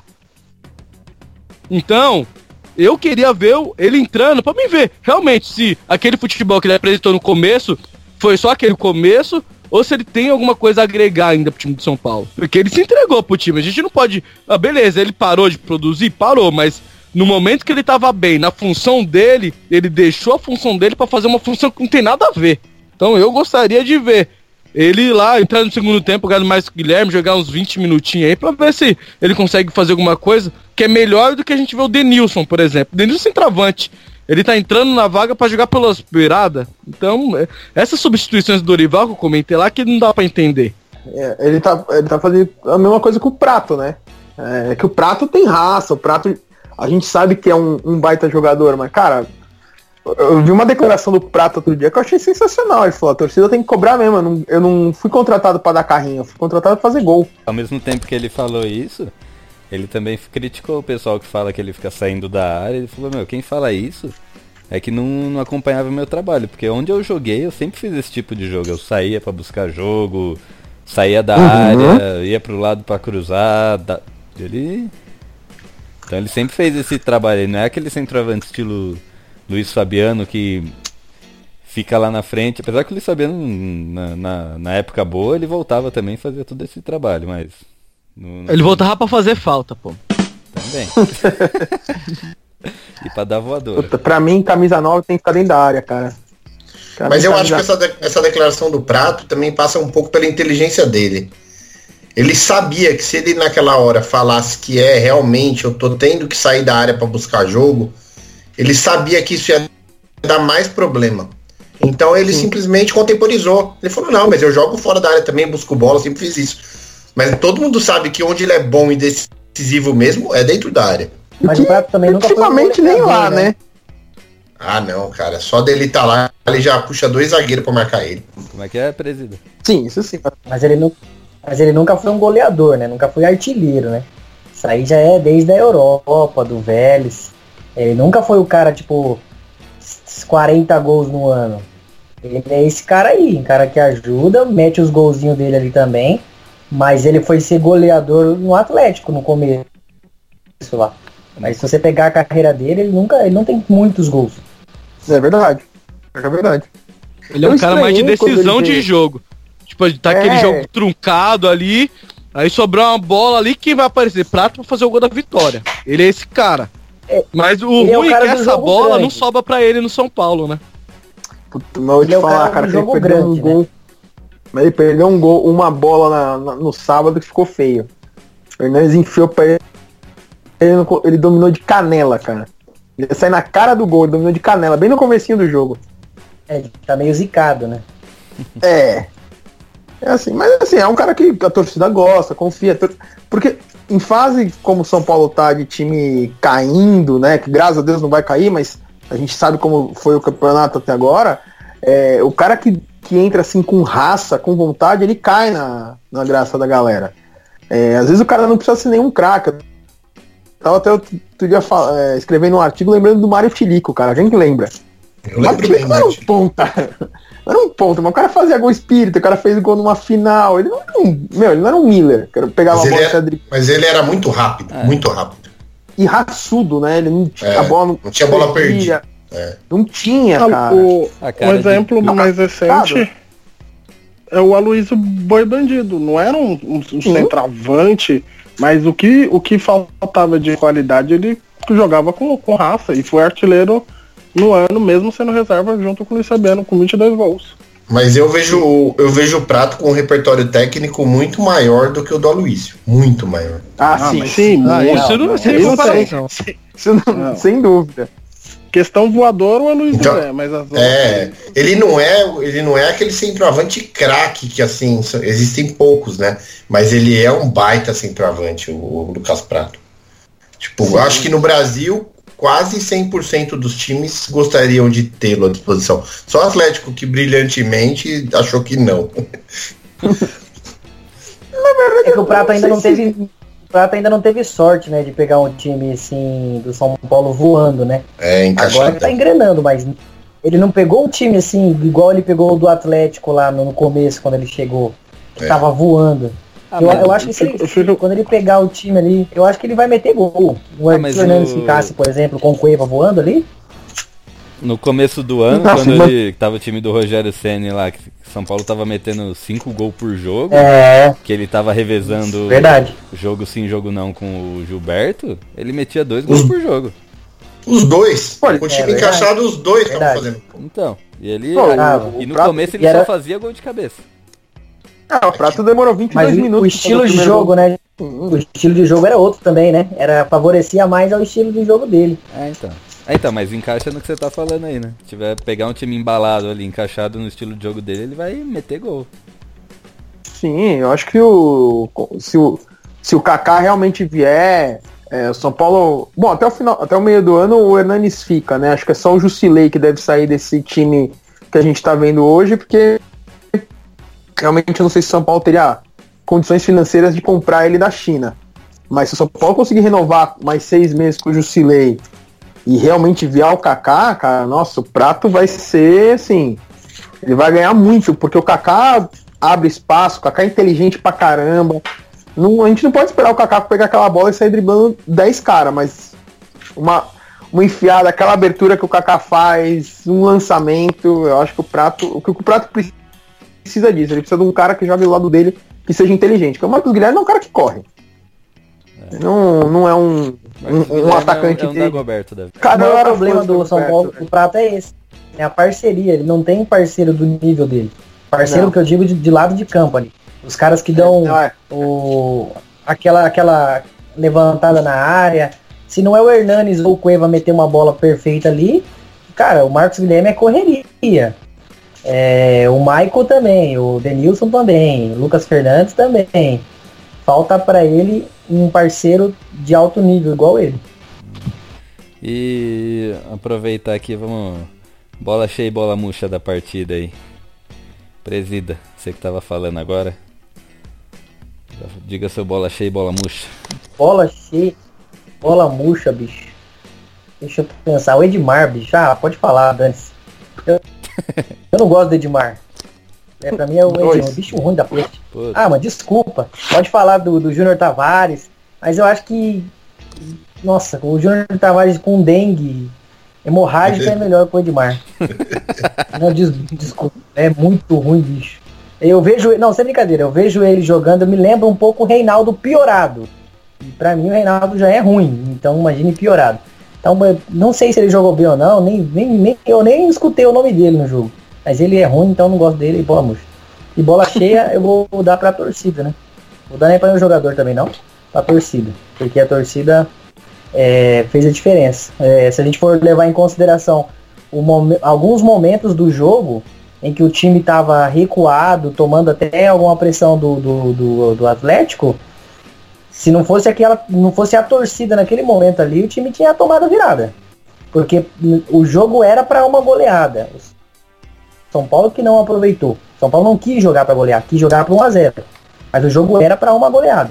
Então, eu queria ver ele entrando pra mim ver realmente se aquele futebol que ele apresentou no começo foi só aquele começo ou se ele tem alguma coisa a agregar ainda pro time de São Paulo. Porque ele se entregou pro time, a gente não pode... Ah, beleza, ele parou de produzir? Parou, mas no momento que ele tava bem, na função dele, ele deixou a função dele pra fazer uma função que não tem nada a ver. Então eu gostaria de ver ele lá, entrar no segundo tempo, ganhar mais que o Guilherme, jogar uns vinte minutinhos aí pra ver se ele consegue fazer alguma coisa que é melhor do que a gente vê o Denilson, por exemplo. O Denilson centroavante. Ele tá entrando na vaga pra jogar pelas beiradas. Então, essas substituições do Dorival que eu comentei lá que não dá pra entender. É, ele, tá, ele tá fazendo a mesma coisa que o Prato, né? É que o Prato tem raça, o Prato... A gente sabe que é um, um baita jogador, mas, cara... Eu vi uma declaração do Prato outro dia que eu achei sensacional. Ele falou, a torcida tem que cobrar mesmo. Eu não, eu não fui contratado pra dar carrinho, eu fui contratado pra fazer gol. Ao mesmo tempo que ele falou isso, ele também criticou o pessoal que fala que ele fica saindo da área. Ele falou, meu, quem fala isso é que não, não acompanhava o meu trabalho. Porque onde eu joguei, eu sempre fiz esse tipo de jogo. Eu saía pra buscar jogo, saía da uhum. área, ia pro lado pra cruzar. Da... Ele... Então ele sempre fez esse trabalho. Ele não é aquele centroavante estilo... Luiz Fabiano que fica lá na frente, apesar que o Luiz Fabiano na, na, na época boa ele voltava também e fazia todo esse trabalho, mas... No, no... Ele voltava pra fazer falta, pô. Também. E pra dar voadora. Puta, pra mim, camisa nova tem que ficar dentro da área, cara. Camisa, mas eu camisa... acho que essa, de, essa declaração do Prato também passa um pouco pela inteligência dele. Ele sabia que se ele naquela hora falasse que é realmente eu tô tendo que sair da área pra buscar jogo, ele sabia que isso ia dar mais problema. Então ele Sim. simplesmente contemporizou. Ele falou, não, mas eu jogo fora da área também, busco bola, sempre fiz isso. Mas todo mundo sabe que onde ele é bom e decisivo mesmo é dentro da área. Mas o Prato também nunca foi nem lá, né? Ah, não, cara. Só dele tá lá, ele já puxa dois zagueiros pra marcar ele. Como é que é, presida? Sim, isso sim. Mas ele, não, mas ele nunca foi um goleador, né? Nunca foi artilheiro, né? Isso aí já é desde a Europa, do Vélez. Ele nunca foi o cara, tipo, quarenta gols no ano. Ele é esse cara aí, um cara que ajuda, mete os golzinhos dele ali também. Mas ele foi ser goleador no Atlético no começo lá. Mas se você pegar a carreira dele, ele nunca, ele não tem muitos gols. É verdade. É verdade. Ele é um cara mais de decisão de jogo. Tipo, tá é. aquele jogo truncado ali, aí sobrou uma bola ali, quem vai aparecer? Prato pra fazer o gol da vitória. Ele é esse cara. É, mas o ruim é que essa bola grande. Não sobra pra ele no São Paulo, né? Puta, mas eu vou te falar, cara, que ele perdeu grande, um gol. Né? Mas ele perdeu um gol, uma bola na, na, no sábado que ficou feio. O Hernandes enfiou pra ele. Ele, ele dominou de canela, cara. Ele saiu na cara do gol, ele dominou de canela, bem no comecinho do jogo. É, tá meio zicado, né? É. É assim, mas assim, é um cara que a torcida gosta, confia. Porque em fase como o São Paulo tá de time caindo, né? Que graças a Deus não vai cair, mas a gente sabe como foi o campeonato até agora. É, o cara que, que entra assim com raça, com vontade, ele cai na, na graça da galera. É, às vezes o cara não precisa ser nenhum craque. Tava até outro dia é, escrevendo um artigo lembrando do Mário Tilico, cara. Quem que lembra? Eu lembro bem, não era um ponta. Não era um ponta, mas o cara fazia gol espírita, o cara fez gol numa final. Ele não era um. Meu, ele não era um Miller. Que pegava mas, a bola ele era, mas ele era muito rápido, é. muito rápido. E raçudo, né? Ele não tinha é, a bola. Não, não tinha bola perdida. É. Não tinha, ah, cara. O, ah, cara. Um exemplo de... mais recente é o Aloysio Boi Bandido. Não era um, um, um centroavante, mas o que, o que faltava de qualidade ele jogava com, com raça e foi artilheiro no ano, mesmo sendo reserva junto com o Luiz Fabiano, com vinte e dois gols. Mas eu vejo, eu vejo o Prato com um repertório técnico muito maior do que o do Aloysio. Muito maior. Ah, ah sim, sim. Ah, muito. Isso não, isso não, não, isso não, não. Sem dúvida. Questão voador o Aloysio então, é, mas as é, ele não é, ele não é aquele centroavante craque que assim, existem poucos, né? Mas ele é um baita centroavante, o, o Lucas Prato. Tipo, sim. Eu acho que no Brasil quase cem por cento dos times gostariam de tê-lo à disposição. Só o Atlético que brilhantemente achou que não. É que o Prato ainda não teve, o Prato ainda não teve sorte, né, de pegar um time assim do São Paulo voando, né? É, encaixado. Agora ele tá engrenando, mas ele não pegou um time assim igual ele pegou o do Atlético lá no, no começo quando ele chegou, que é. Tava voando. Ah, eu, eu acho que se ele, fico... quando ele pegar o time ali, eu acho que ele vai meter gol. O ah, Fernandes o... ficasse, por exemplo, com o Cueva voando ali. No começo do ano, Nossa, quando mas... ele tava o time do Rogério Ceni lá, que São Paulo tava metendo cinco gols por jogo, é... que ele tava revezando Verdade. jogo sim, jogo não com o Gilberto, ele metia dois gols por jogo. Os dois. Pode, com o time é verdade. encaixado, os dois estavam fazendo. Então, e ele. Pô, ah, o e no Prato- começo ele era- só fazia gol de cabeça. Ah, o Prato demorou vinte e dois Mas o- minutos. o estilo pra fazer de primeiro jogo, gol. né? O estilo de jogo era outro também, né? Era, favorecia mais ao estilo de jogo dele. É, então. É, então, mas encaixa no que você tá falando aí, né? Se tiver pegar um time embalado ali, encaixado no estilo de jogo dele, ele vai meter gol. Sim, eu acho que o se o, se o Kaká realmente vier, é, o São Paulo... Bom, até o final, até o meio do ano o Hernanes fica, né? Acho que é só o Jusilei que deve sair desse time que a gente tá vendo hoje, porque realmente eu não sei se o São Paulo teria condições financeiras de comprar ele da China. Mas se o São Paulo conseguir renovar mais seis meses com o Jusilei e realmente vier o Kaká, cara, nossa, o Prato vai ser, assim, ele vai ganhar muito, porque o Kaká abre espaço, o Kaká é inteligente pra caramba. Não, a gente não pode esperar o Kaká pegar aquela bola e sair driblando dez caras, mas uma, uma enfiada, aquela abertura que o Kaká faz, um lançamento, eu acho que o Prato, o que o Prato precisa disso, ele precisa de um cara que jogue do lado dele, que seja inteligente, porque o Marcos Guilherme é um cara que corre. É. Não, não é um, um, um atacante é um, é um Dagoberto, dele. Cara, o maior problema do São Paulo, do Prato é esse. É a parceria. Ele não tem parceiro do nível dele. Parceiro não. Que eu digo de, de lado de campo ali. Os caras que dão é. o, aquela, aquela levantada na área. Se não é o Hernanes ou o Cueva meter uma bola perfeita ali, cara, o Marcos Guilherme é correria. É, o Michael também, o Denilson também, o Lucas Fernandes também. Falta pra ele um parceiro de alto nível, igual ele. E aproveitar aqui, vamos... Bola cheia e bola murcha da partida aí. Presida, você que tava falando agora. Diga seu bola cheia e bola murcha. Bola cheia, bola murcha, bicho. Deixa eu pensar. O Edmar, bicho. Ah, pode falar, Dani-se. Eu, eu não gosto do Edmar. É, pra mim é o Edmar, bicho ruim da peste. Ah, mas desculpa. Pode falar do, do Júnior Tavares. Mas eu acho que... Nossa, o Júnior Tavares com dengue... Hemorrágica é melhor que o Edmar. Não, des, desculpa. É muito ruim, bicho. Eu vejo... Não, sem brincadeira. Eu vejo ele jogando, eu me lembro um pouco o Reinaldo piorado. E pra mim o Reinaldo já é ruim. Então imagine piorado. Então não sei se ele jogou bem ou não. Nem, nem, nem, eu nem escutei o nome dele no jogo. Mas ele é ruim, então não gosto dele. E bola murcha. E bola cheia eu vou, vou dar pra torcida, né? Vou dar nem pra um jogador também, não. Pra torcida. Porque a torcida... É, fez a diferença. É, se a gente for levar em consideração o momen- alguns momentos do jogo em que o time estava recuado, tomando até alguma pressão do, do, do, do Atlético, se não fosse aquela, não fosse a torcida naquele momento ali, o time tinha tomado a virada. Porque o jogo era para uma goleada. São Paulo que não aproveitou. São Paulo não quis jogar para golear, quis jogar para um a zero. Mas o jogo era para uma goleada.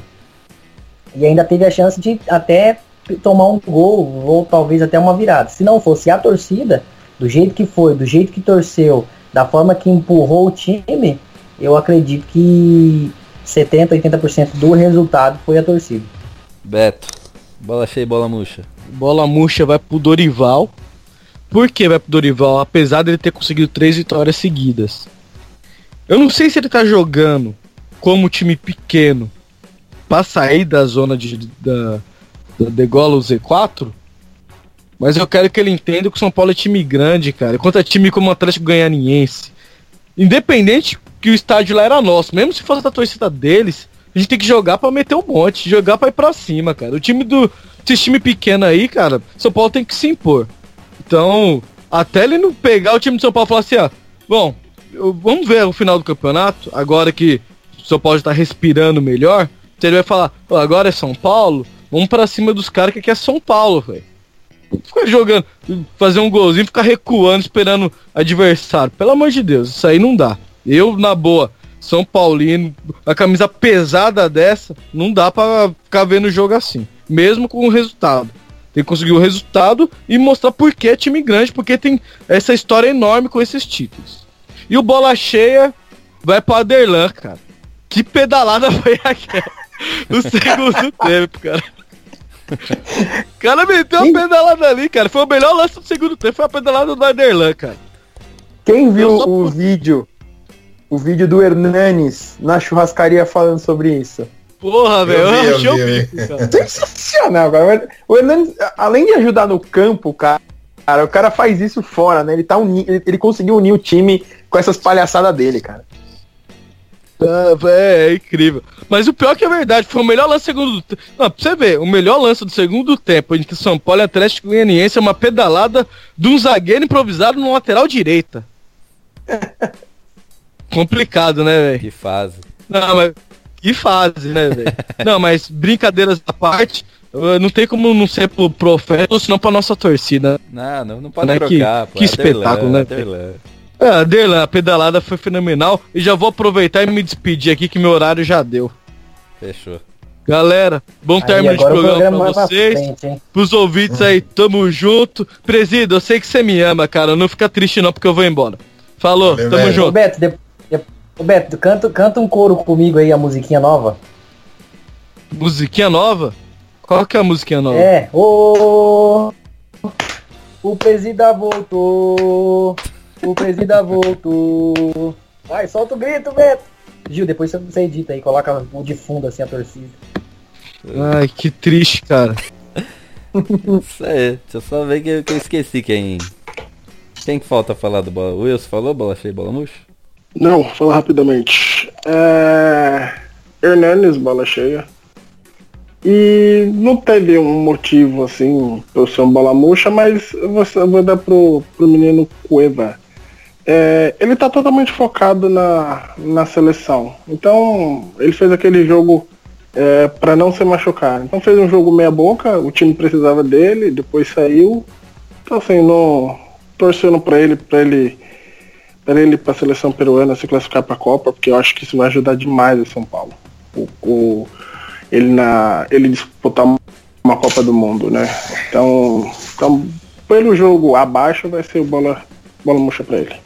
E ainda teve a chance de até tomar um gol ou talvez até uma virada. Se não fosse a torcida, do jeito que foi, do jeito que torceu, da forma que empurrou o time, eu acredito que setenta, oitenta por cento do resultado foi a torcida. Beto, bola cheia e bola murcha. Bola murcha vai pro Dorival. Por que vai pro Dorival? Apesar dele ter conseguido três vitórias seguidas. Eu não sei se ele tá jogando como time pequeno pra sair da zona de... da degola o Z quatro, mas eu quero que ele entenda que o São Paulo é time grande, cara, contra time como o Atlético Goianiense, independente que o estádio lá era nosso, mesmo se fosse da torcida deles, a gente tem que jogar pra meter um monte, jogar pra ir pra cima, cara. O time do, esse time pequeno aí, cara, São Paulo tem que se impor. Então, até ele não pegar o time de São Paulo e falar assim, ó, bom, eu, vamos ver o final do campeonato, agora que o São Paulo já tá respirando melhor, então ele vai falar, oh, agora é São Paulo, vamos pra cima dos caras que aqui é São Paulo, velho. Ficar jogando, fazer um golzinho, ficar recuando, esperando adversário. Pelo amor de Deus, isso aí não dá. Eu, na boa, São Paulino, a camisa pesada dessa, não dá pra ficar vendo o jogo assim. Mesmo com o resultado. Tem que conseguir o resultado e mostrar por que é time grande, porque tem essa história enorme com esses títulos. E o bola cheia vai pra Aderlan, cara. Que pedalada foi aquela no segundo tempo, cara. O cara meteu uma pedalada ali, cara. Foi o melhor lance do segundo tempo. Foi a pedalada do Aderlan, cara. Quem viu só... o vídeo, o vídeo do Hernanes na churrascaria falando sobre isso? Porra, velho, eu, eu achei o bico, cara. Sensacional, cara. O Hernanes, além de ajudar no campo, cara, cara, o cara faz isso fora, né? Ele, tá uni... ele, ele conseguiu unir o time com essas palhaçadas dele, cara. É, é incrível. Mas o pior é que é verdade, foi o melhor lance do segundo tempo. Não, pra você ver, o melhor lance do segundo tempo, em que São Paulo e Atlético Goianiense é uma pedalada de um zagueiro improvisado no lateral direita. Complicado, né, velho? Que fase. Não, mas que fase, né, velho? Não, mas brincadeiras à parte, não tem como não ser pro Profeta ou senão pra nossa torcida. Não, não, não pode né? trocar, que, pô. Que espetáculo, né? Aderlan. É, a Aderlan, a pedalada foi fenomenal. E já vou aproveitar e me despedir aqui que meu horário já deu. Fechou. Galera, bom término de programa, programa pra vocês. Frente, pros ouvintes aí, tamo junto. Presida, eu sei que você me ama, cara. Não fica triste não, porque eu vou embora. Falou, Valeu, tamo velho. junto. Ô Beto, de, de, ô Beto canta, canta um coro comigo aí, a musiquinha nova. Musiquinha nova? Qual que é a musiquinha nova? É, o o presida voltou. O presida voltou. Vai, solta o grito, Beto. Gil, depois você edita aí, coloca o de fundo assim a torcida. Ai, que triste, cara. Isso aí, deixa eu só ver que eu, que eu esqueci quem. Quem que falta falar do bola? O Wilson falou bola cheia, bola murcha? Não, vou falar rapidamente. É... Hernanes, bola cheia. E não teve um motivo assim pra eu ser um bola murcha, mas eu vou, eu vou dar pro, pro menino Cueva. É, ele tá totalmente focado na, na seleção. Então, ele fez aquele jogo é, para não se machucar. Então fez um jogo meia boca, o time precisava dele, depois saiu. Então assim, não torcendo para ele, para ele, para ele para a seleção peruana se classificar para a Copa, porque eu acho que isso vai ajudar demais o São Paulo. O, o, ele na, ele disputar uma Copa do Mundo, né? Então, então pelo jogo abaixo vai ser o bola, bola murcha para ele.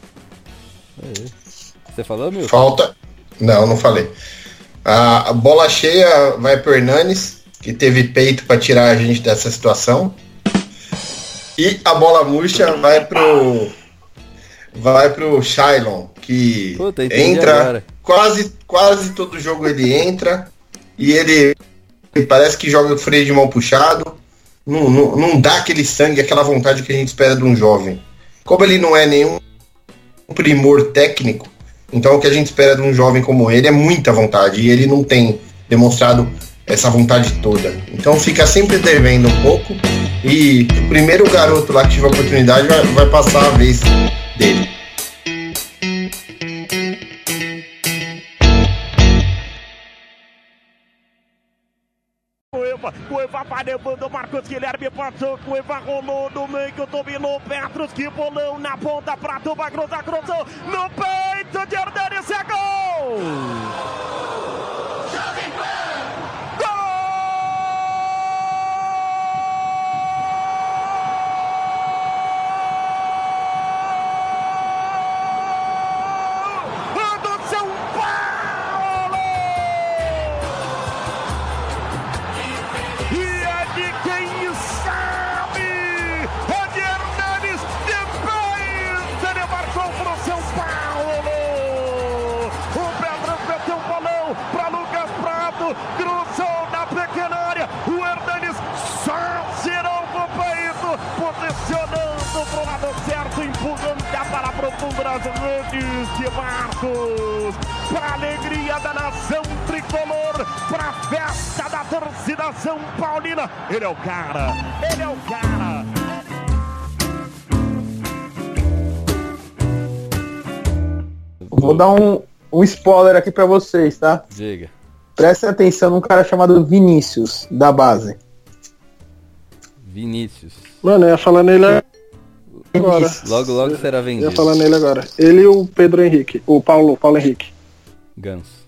Você falou, meu? Falta. Não, não falei. A, a bola cheia vai pro Hernanes, que teve peito para tirar a gente dessa situação. E a bola murcha vai pro. Vai pro Shailon, que Puta, entra agora. quase quase todo jogo ele entra e ele, ele parece que joga o freio de mão puxado. Não, não, não dá aquele sangue, aquela vontade que a gente espera de um jovem. Como ele não é nenhum primor técnico, então o que a gente espera de um jovem como ele é muita vontade, e ele não tem demonstrado essa vontade toda, então fica sempre devendo um pouco, e o primeiro garoto lá que tiver a oportunidade vai, vai passar a vez dele. Cueva vai levando o Marcos Guilherme, passou, Cueva rolou no meio, dominou Petros, que bolão na ponta, Prato vai cruzar, cruzou no peito de Hernanes, é gol! Das redes de Marcos, para alegria da nação tricolor, para festa da torcida São Paulina. Ele é o cara, ele é o cara. Vou dar um, um spoiler aqui para vocês, tá? Diga. Prestem atenção num cara chamado Vinícius, da base. Vinícius. Mano, eu ia falar nele agora. Logo, logo será vendido. Eu ia falar nele agora. Ele e o Pedro Henrique. O Paulo, Paulo Henrique. Ganso.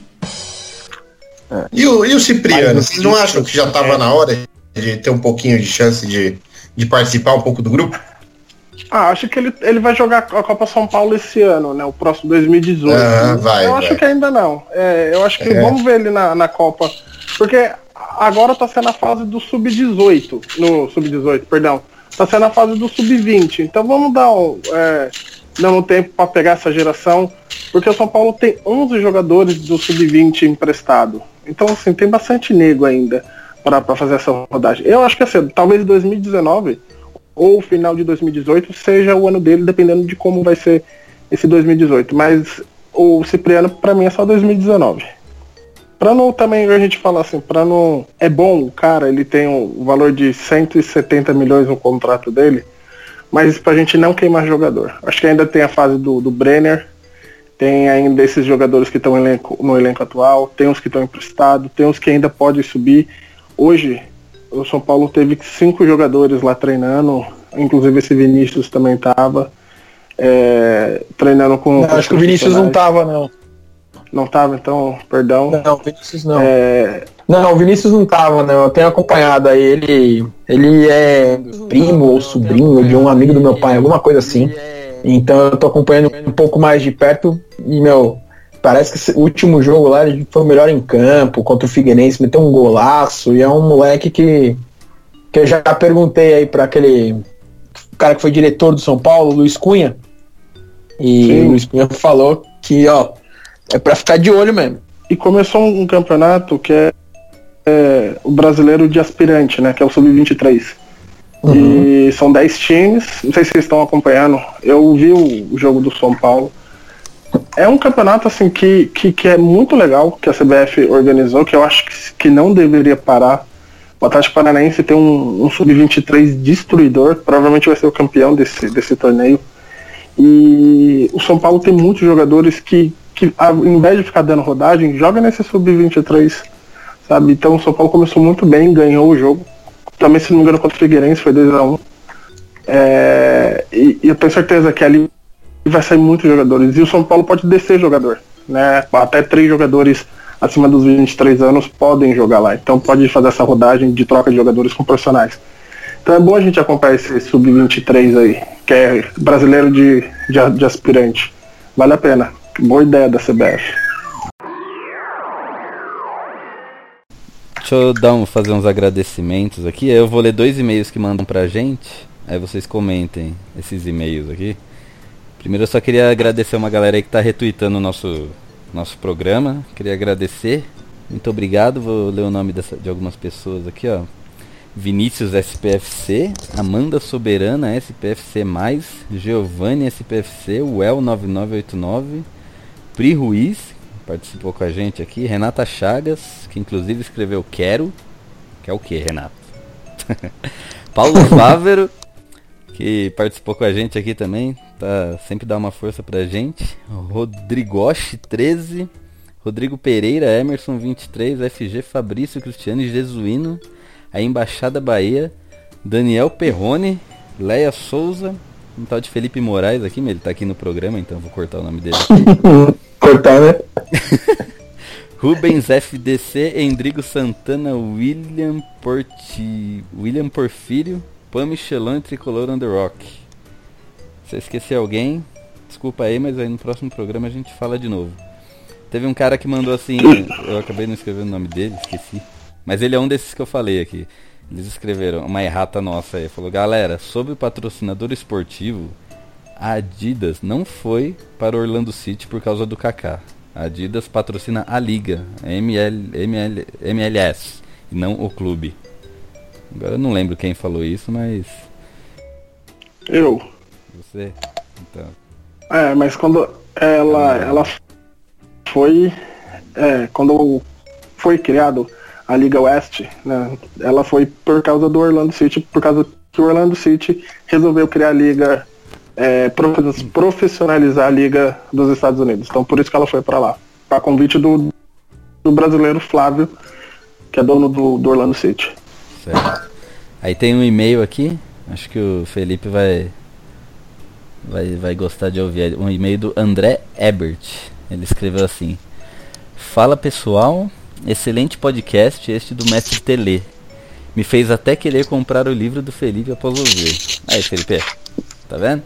É. E, o, e o Cipriano? Vocês não acham que já estava na hora de ter um pouquinho de chance de, de participar um pouco do grupo? Ah, acho que ele, ele vai jogar a Copa São Paulo esse ano, né? O próximo dois mil e dezoito. Ah, vai, eu vai. acho que ainda não. É, eu acho que é. Vamos ver ele na, na Copa. Porque agora tá sendo a fase do sub dezoito. No sub dezoito, perdão. Tá sendo a fase do sub vinte. Então vamos dar um, é, dando um tempo para pegar essa geração. Porque o São Paulo tem onze jogadores do sub vinte emprestado. Então, assim, tem bastante nego ainda para fazer essa rodagem. Eu acho que assim, talvez dois mil e dezenove ou o final de dois mil e dezoito seja o ano dele, dependendo de como vai ser esse dois mil e dezoito. Mas o Cipriano, para mim, é só dois mil e dezenove. Pra não também a gente falar assim, pra não. É bom o cara, ele tem o um valor de cento e setenta milhões no contrato dele, mas pra gente não queimar jogador. Acho que ainda tem a fase do, do Brenner, tem ainda esses jogadores que estão no elenco atual, tem os que estão emprestados, tem os que ainda podem subir. Hoje, o São Paulo teve cinco jogadores lá treinando, inclusive esse Vinícius também tava é, treinando com. Não, acho que o Vinícius não tava, não. Não tava, então, perdão. Não, o Vinícius não. É... Não, o Vinícius não tava, não. Eu tenho acompanhado aí. Ele, ele é primo ou sobrinho de um amigo do meu pai, alguma coisa assim. Então eu tô acompanhando um pouco mais de perto. E, meu, parece que esse último jogo lá ele foi o melhor em campo, contra o Figueirense, meteu um golaço. E é um moleque que, que eu já perguntei aí pra aquele cara que foi diretor do São Paulo, Luiz Cunha. E Sim. o Luiz Cunha falou que, ó, é pra ficar de olho mesmo. E começou um campeonato que é, é o brasileiro de aspirante, né? Que é o sub vinte e três. Uhum. E são dez times. Não sei se vocês estão acompanhando. Eu vi o, o jogo do São Paulo. É um campeonato assim que, que, que é muito legal, que a C B F organizou, que eu acho que, que não deveria parar. O Atlético Paranaense tem um, um sub vinte e três destruidor. Provavelmente vai ser o campeão desse, desse torneio. E o São Paulo tem muitos jogadores que que ao invés de ficar dando rodagem, joga nesse sub vinte e três, sabe? Então o São Paulo começou muito bem, ganhou o jogo. Também, se não me engano, contra o Figueirense foi dois a um. É, e, e eu tenho certeza que ali vai sair muitos jogadores. E o São Paulo pode descer jogador, né? Até três jogadores acima dos vinte e três anos podem jogar lá. Então pode fazer essa rodagem de troca de jogadores com profissionais. Então é bom a gente acompanhar esse sub vinte e três aí, que é brasileiro de, de, de aspirante. Vale a pena. Boa ideia da C B F. Deixa eu dar um, fazer uns agradecimentos aqui. Eu vou ler dois e-mails que mandam pra gente. Aí vocês comentem esses e-mails aqui. Primeiro eu só queria agradecer uma galera aí que tá retweetando o nosso, nosso programa. Queria agradecer. Muito obrigado. Vou ler o nome dessa, de algumas pessoas aqui, ó. Vinícius S P F C, Amanda Soberana S P F C mais, Giovanni S P F C, Well nove nove oito nove, Pri Ruiz, que participou com a gente aqui, Renata Chagas, que inclusive escreveu Quero, que é o que, Renato? Paulo Fávero, que participou com a gente aqui também, tá, sempre dá uma força pra gente, Rodrigoche treze, Rodrigo Pereira, Emerson vinte e três, F G Fabrício Cristiano e Jesuíno, a Embaixada Bahia, Daniel Perrone, Leia Souza, um tal de Felipe Moraes aqui, mas ele tá aqui no programa, então vou cortar o nome dele aqui. Cortar, né? Rubens F D C, Endrigo Santana, William Porti... William Porfírio, Pam Michelin, Tricolor on the Rock. Se eu esqueci alguém, desculpa aí, mas aí no próximo programa a gente fala de novo. Teve um cara que mandou assim, eu acabei não escrevendo o nome dele, esqueci. Mas ele é um desses que eu falei aqui. Eles escreveram, uma errata nossa aí. Falou, galera, sobre o patrocinador esportivo, a Adidas não foi para Orlando City por causa do Kaká. A Adidas patrocina a Liga, a M L, M L, M L S, e não o clube. Agora eu não lembro quem falou isso, mas... Eu. Você? Então... É, mas quando ela, ela foi... É, quando foi criado a Liga Oeste, né, ela foi por causa do Orlando City, por causa que o Orlando City resolveu criar a Liga, é, profissionalizar a Liga dos Estados Unidos. Então por isso que ela foi para lá, para convite do, do brasileiro Flávio, que é dono do, do Orlando City. Certo. Aí tem um e-mail aqui, acho que o Felipe vai, vai, vai gostar de ouvir, um e-mail do André Ebert. Ele escreveu assim: fala pessoal, excelente podcast este do Mestre Telê. Me fez até querer comprar o livro do Felipe após ouvir. Aí, Felipe, tá vendo?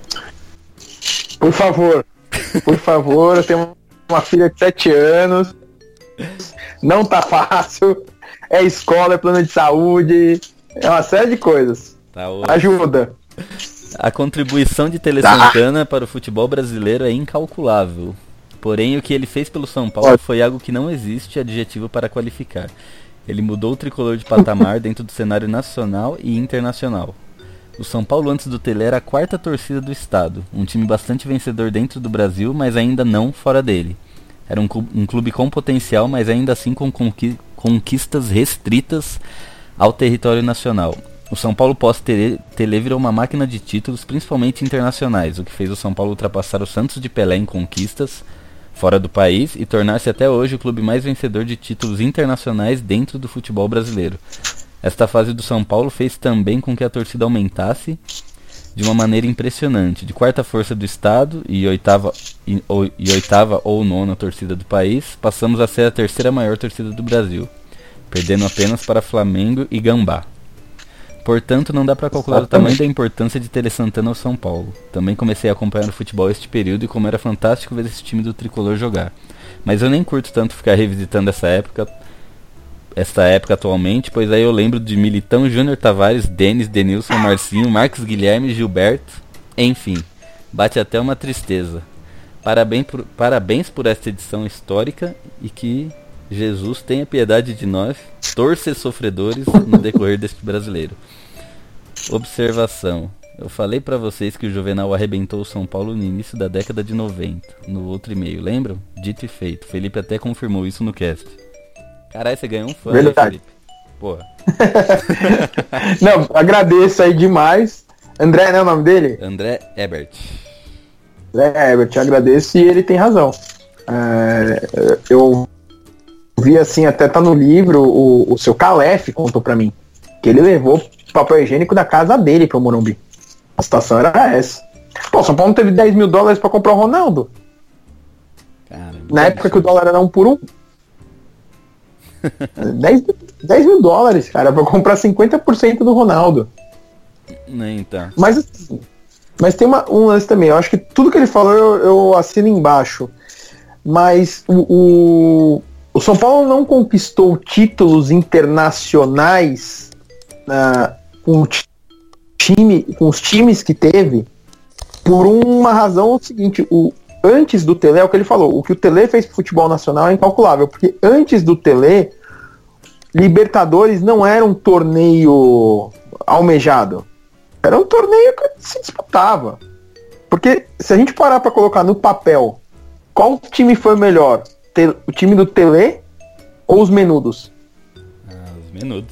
Por favor, por favor, eu tenho uma filha de sete anos. Não tá fácil. É escola, é plano de saúde, é uma série de coisas. Tá, ajuda. A contribuição de Tele tá. Santana para o futebol brasileiro é incalculável. Porém, o que ele fez pelo São Paulo foi algo que não existe adjetivo para qualificar. Ele mudou o tricolor de patamar dentro do cenário nacional e internacional. O São Paulo antes do Tele era a quarta torcida do estado, um time bastante vencedor dentro do Brasil, mas ainda não fora dele. Era um clube, um clube com potencial, mas ainda assim com conqui- conquistas restritas ao território nacional. O São Paulo pós-Tele virou uma máquina de títulos, principalmente internacionais, o que fez o São Paulo ultrapassar o Santos de Pelé em conquistas fora do país e tornar-se até hoje o clube mais vencedor de títulos internacionais dentro do futebol brasileiro. Esta fase do São Paulo fez também com que a torcida aumentasse de uma maneira impressionante. De quarta força do estado e oitava, e, ou, e oitava ou nona torcida do país, passamos a ser a terceira maior torcida do Brasil, perdendo apenas para Flamengo e Gambá. Portanto, não dá para calcular Exatamente. o tamanho da importância de Tele Santana ao São Paulo. Também comecei a acompanhar o futebol este período e como era fantástico ver esse time do tricolor jogar. Mas eu nem curto tanto ficar revisitando essa época, essa época atualmente, pois aí eu lembro de Militão, Júnior Tavares, Denis, Denilson, Marcinho, Marcos Guilherme, Gilberto, enfim, bate até uma tristeza. Parabéns por, parabéns por esta edição histórica e que Jesus tenha piedade de nós, torces sofredores, no decorrer deste brasileiro. Observação. Eu falei pra vocês que o Juvenal arrebentou o São Paulo no início da década de noventa, no outro e-mail, lembram? Dito e feito. Felipe até confirmou isso no cast. Caralho, você ganhou um fã, né, Felipe? Porra. Não, agradeço aí demais. André, não é o nome dele? André Ebert. André Ebert, agradeço e ele tem razão. É, eu vi assim, até tá no livro, o, o seu Calef contou pra mim que ele levou papel higiênico da casa dele pro Morumbi. A situação era essa. Pô, São Paulo não teve dez mil dólares pra comprar o Ronaldo. Cara, na época que o dólar era um por um. dez mil dólares, cara, pra comprar cinquenta por cento do Ronaldo. Então. Mas, mas tem uma, um lance também. Eu acho que tudo que ele falou eu, eu assino embaixo. Mas o, o, o São Paulo não conquistou títulos internacionais uh, com, o time, com os times que teve por uma razão o seguinte: o, antes do Tele, é o que ele falou, o que o Tele fez pro futebol nacional é incalculável, porque antes do Tele, Libertadores não era um torneio almejado, era um torneio que se disputava. Porque se a gente parar para colocar no papel, qual time foi melhor? O time do Tele ou os Menudos? Ah, os Menudos.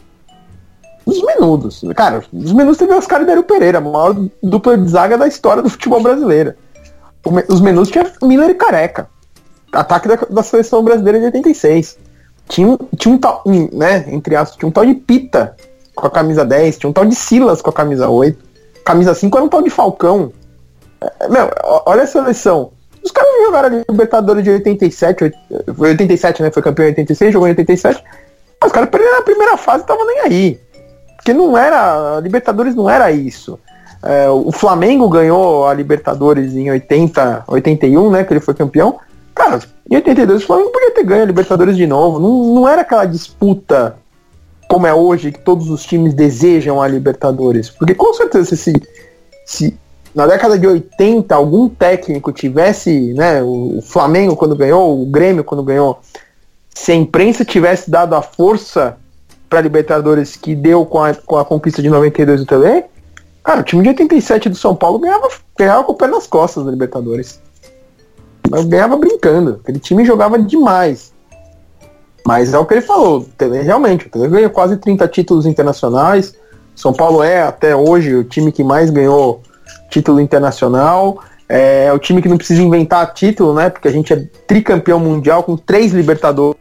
Os Menudos. Cara, os Menudos teve Oscar e Dario Pereira, a maior dupla de zaga da história do futebol brasileiro. Os Menudos tinha Miller e Careca. Ataque da, da seleção brasileira de oitenta e seis. Tinha, tinha um tal, né, entre aspas, tinha um tal de Pita com a camisa dez, tinha um tal de Silas com a camisa oito. Camisa cinco era um tal de Falcão. É, meu, olha a seleção. Os caras jogaram ali Libertadores de oitenta e sete, foi oitenta e sete, né? Foi campeão em oitenta e seis, jogou em oitenta e sete. Mas os caras perderam na primeira fase e estavam nem aí. Porque não era. A Libertadores não era isso. É, o Flamengo ganhou a Libertadores em oitenta, oitenta e um, né? Que ele foi campeão. Cara, em oitenta e dois o Flamengo podia ter ganho a Libertadores de novo. Não, não era aquela disputa como é hoje, que todos os times desejam a Libertadores. Porque com certeza se, se na década de oitenta algum técnico tivesse, né, o Flamengo quando ganhou, o Grêmio quando ganhou, se a imprensa tivesse dado a força para a Libertadores que deu com a, com a conquista de noventa e dois do Tele, cara, o time de oitenta e sete do São Paulo ganhava, ganhava com o pé nas costas da Libertadores. Mas ganhava brincando. Aquele time jogava demais. Mas é o que ele falou. O Tele, realmente, o Tele ganhou quase trinta títulos internacionais. São Paulo é, até hoje, o time que mais ganhou título internacional. É o time que não precisa inventar título, né? Porque a gente é tricampeão mundial com três Libertadores,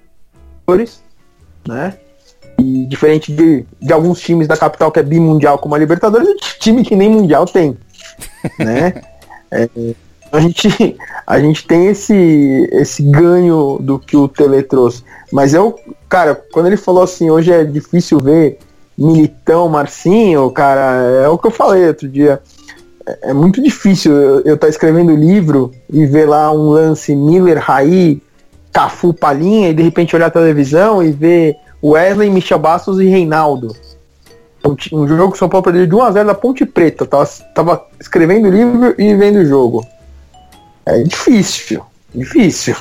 né? E diferente de, de alguns times da capital que é bimundial como a Libertadores, é time que nem mundial tem, né? É, a, gente, a gente tem esse, esse ganho do que o Tele trouxe. Mas eu, cara, quando ele falou assim, hoje é difícil ver Militão, Marcinho, cara, é o que eu falei outro dia. É, é muito difícil eu estar tá escrevendo livro e ver lá um lance Miller, Raí, Cafu, Palinha, e de repente olhar a televisão e ver Wesley, Michel Bastos e Reinaldo. Um, um jogo que o São Paulo perdeu de um a zero da Ponte Preta. Eu tava, tava escrevendo o livro e vendo o jogo. É difícil. Difícil.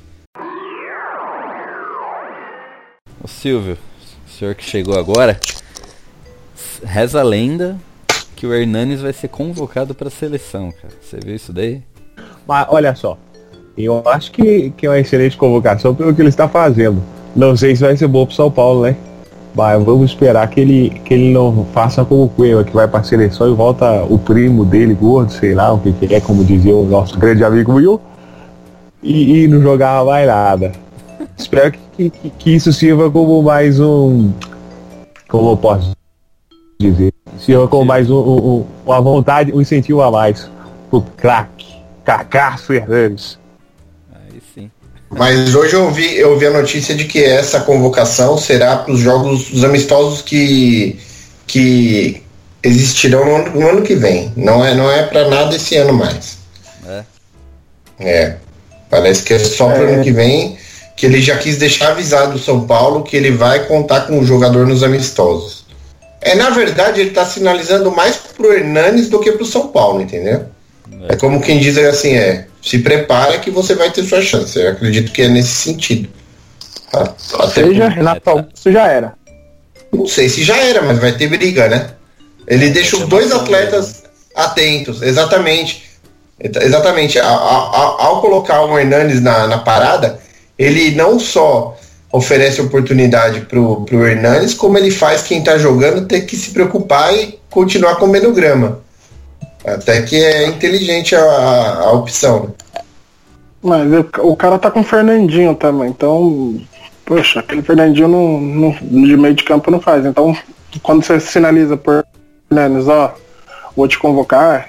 Ô Silvio, o senhor que chegou agora, reza a lenda que o Hernanes vai ser convocado para a seleção, cara. Você viu isso daí? Mas olha só, eu acho que, que é uma excelente convocação pelo que ele está fazendo. Não sei se vai ser bom pro São Paulo, né? Mas vamos esperar que ele, que ele não faça como o Cueva, que vai para a seleção e volta o primo dele, gordo, sei lá o que, que é, como dizia o nosso grande amigo Will, e, e não jogava mais nada. Espero que, que, que isso sirva como mais um... Como eu posso dizer? Sirva como mais um, um, um, uma vontade, um incentivo a mais pro craque, Cacaço Hernanes. Aí sim. Mas hoje eu vi, eu vi a notícia de que essa convocação será para os jogos, os amistosos que, que existirão no ano, no ano que vem. Não é, não é para nada esse ano mais. É. É. Parece que é só para o É. ano que vem, que ele já quis deixar avisado o São Paulo que ele vai contar com o jogador nos amistosos. É, na verdade, ele está sinalizando mais pro Hernanes do que pro São Paulo, entendeu? É, é como quem diz assim, é, se prepara que você vai ter sua chance. Eu acredito que é nesse sentido. Tá? Até Seja por- Renato Augusto já era. Não sei se já era, mas vai ter briga, né? Ele deixa os dois atletas atentos, exatamente. Exatamente. A- a- a- Ao colocar o Hernanes na, na parada, ele não só oferece oportunidade pro, pro Hernanes, como ele faz quem tá jogando ter que se preocupar e continuar comendo grama. Até que é inteligente a, a opção, né? Mas o, o cara tá com o Fernandinho também, então, poxa, aquele Fernandinho não, não, de meio de campo não faz. Então, quando você sinaliza por Hernanes, ó, vou te convocar,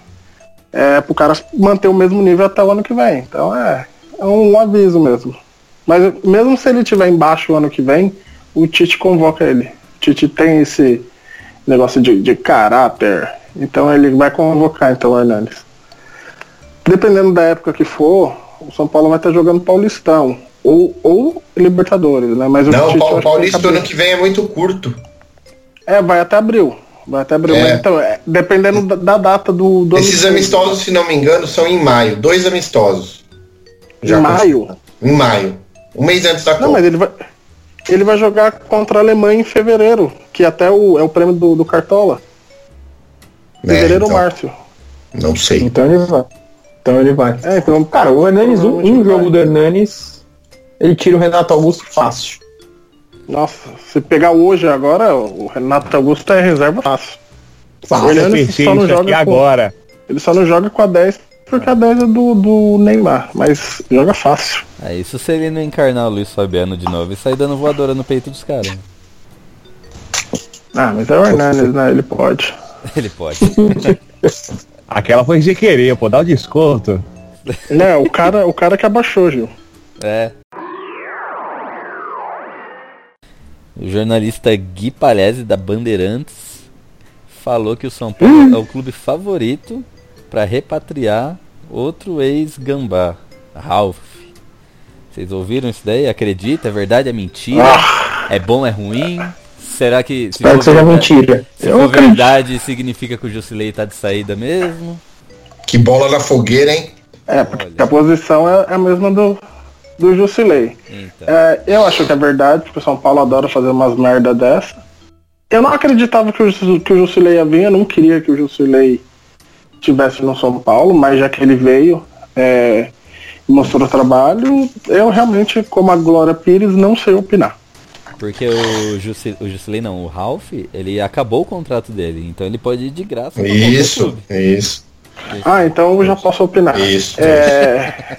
é pro cara manter o mesmo nível até o ano que vem. Então é, é um aviso mesmo. Mas mesmo se ele estiver embaixo o ano que vem, o Tite convoca ele. O Tite tem esse negócio de, de caráter, então ele vai convocar então o Hernanes. Dependendo da época que for, o São Paulo vai estar jogando Paulistão ou, ou Libertadores, né? Mas o Não, Tite, o Paul- eu acho que Paulista tem ano que que vem é muito curto. É, vai até abril. Vai até abril. É. Mas, então, é, dependendo da, da data do, do Esses amistosos, se não me engano, são em maio. Dois amistosos. Em maio? Em maio. Um mês antes da Copa. Não, mas ele vai, ele vai jogar contra a Alemanha em fevereiro, que até o, é o prêmio do, do Cartola. Fevereiro ou então. março. Não sei. Então ele vai. Então ele vai. É, então, Cara, o Hernanes, um, provavelmente um ele jogo vai. do Hernanes, ele tira o Renato Augusto fácil. Nossa, se pegar hoje agora, o Renato Augusto é reserva fácil. Fácil, O Hernanes eu pensei só não nisso joga aqui com- agora. Ele só não joga com a dez porque a dez é do, do Neymar, mas joga fácil. É isso se ele não encarnar o Luiz Fabiano de novo e sair dando voadora no peito dos caras. né? Ah, mas é o Hernanes, né? Ele pode. Ele pode. Aquela foi sem querer, pô, dá o desconto. Não, o cara, o cara que abaixou, Gil. É. O jornalista Gui Palese da Bandeirantes falou que o São Paulo é o clube favorito para repatriar outro ex-gambá, Ralf. Vocês ouviram isso daí? Acredita? É verdade? É mentira? É bom? É ruim? Será que... Se Espero for que seja verdade- mentira. Se Eu for acredito. verdade, significa que o Jusilei tá de saída mesmo? Que bola na fogueira, hein? É, porque a posição é, é a mesma do, do Jusilei. Então. É, eu acho que é verdade, porque o São Paulo adora fazer umas merda dessa. Eu não acreditava que o, Ju- que o Jusilei ia vir, eu não queria que o Jusilei estivesse no São Paulo, mas já que ele veio é, e mostrou o trabalho, eu realmente, como a Glória Pires, não sei opinar. Porque o, Jusi, o Jusilei não, o Ralf, ele acabou o contrato dele, então ele pode ir de graça pra qualquer Isso, clube. isso. Ah, então eu já posso opinar. Isso. É,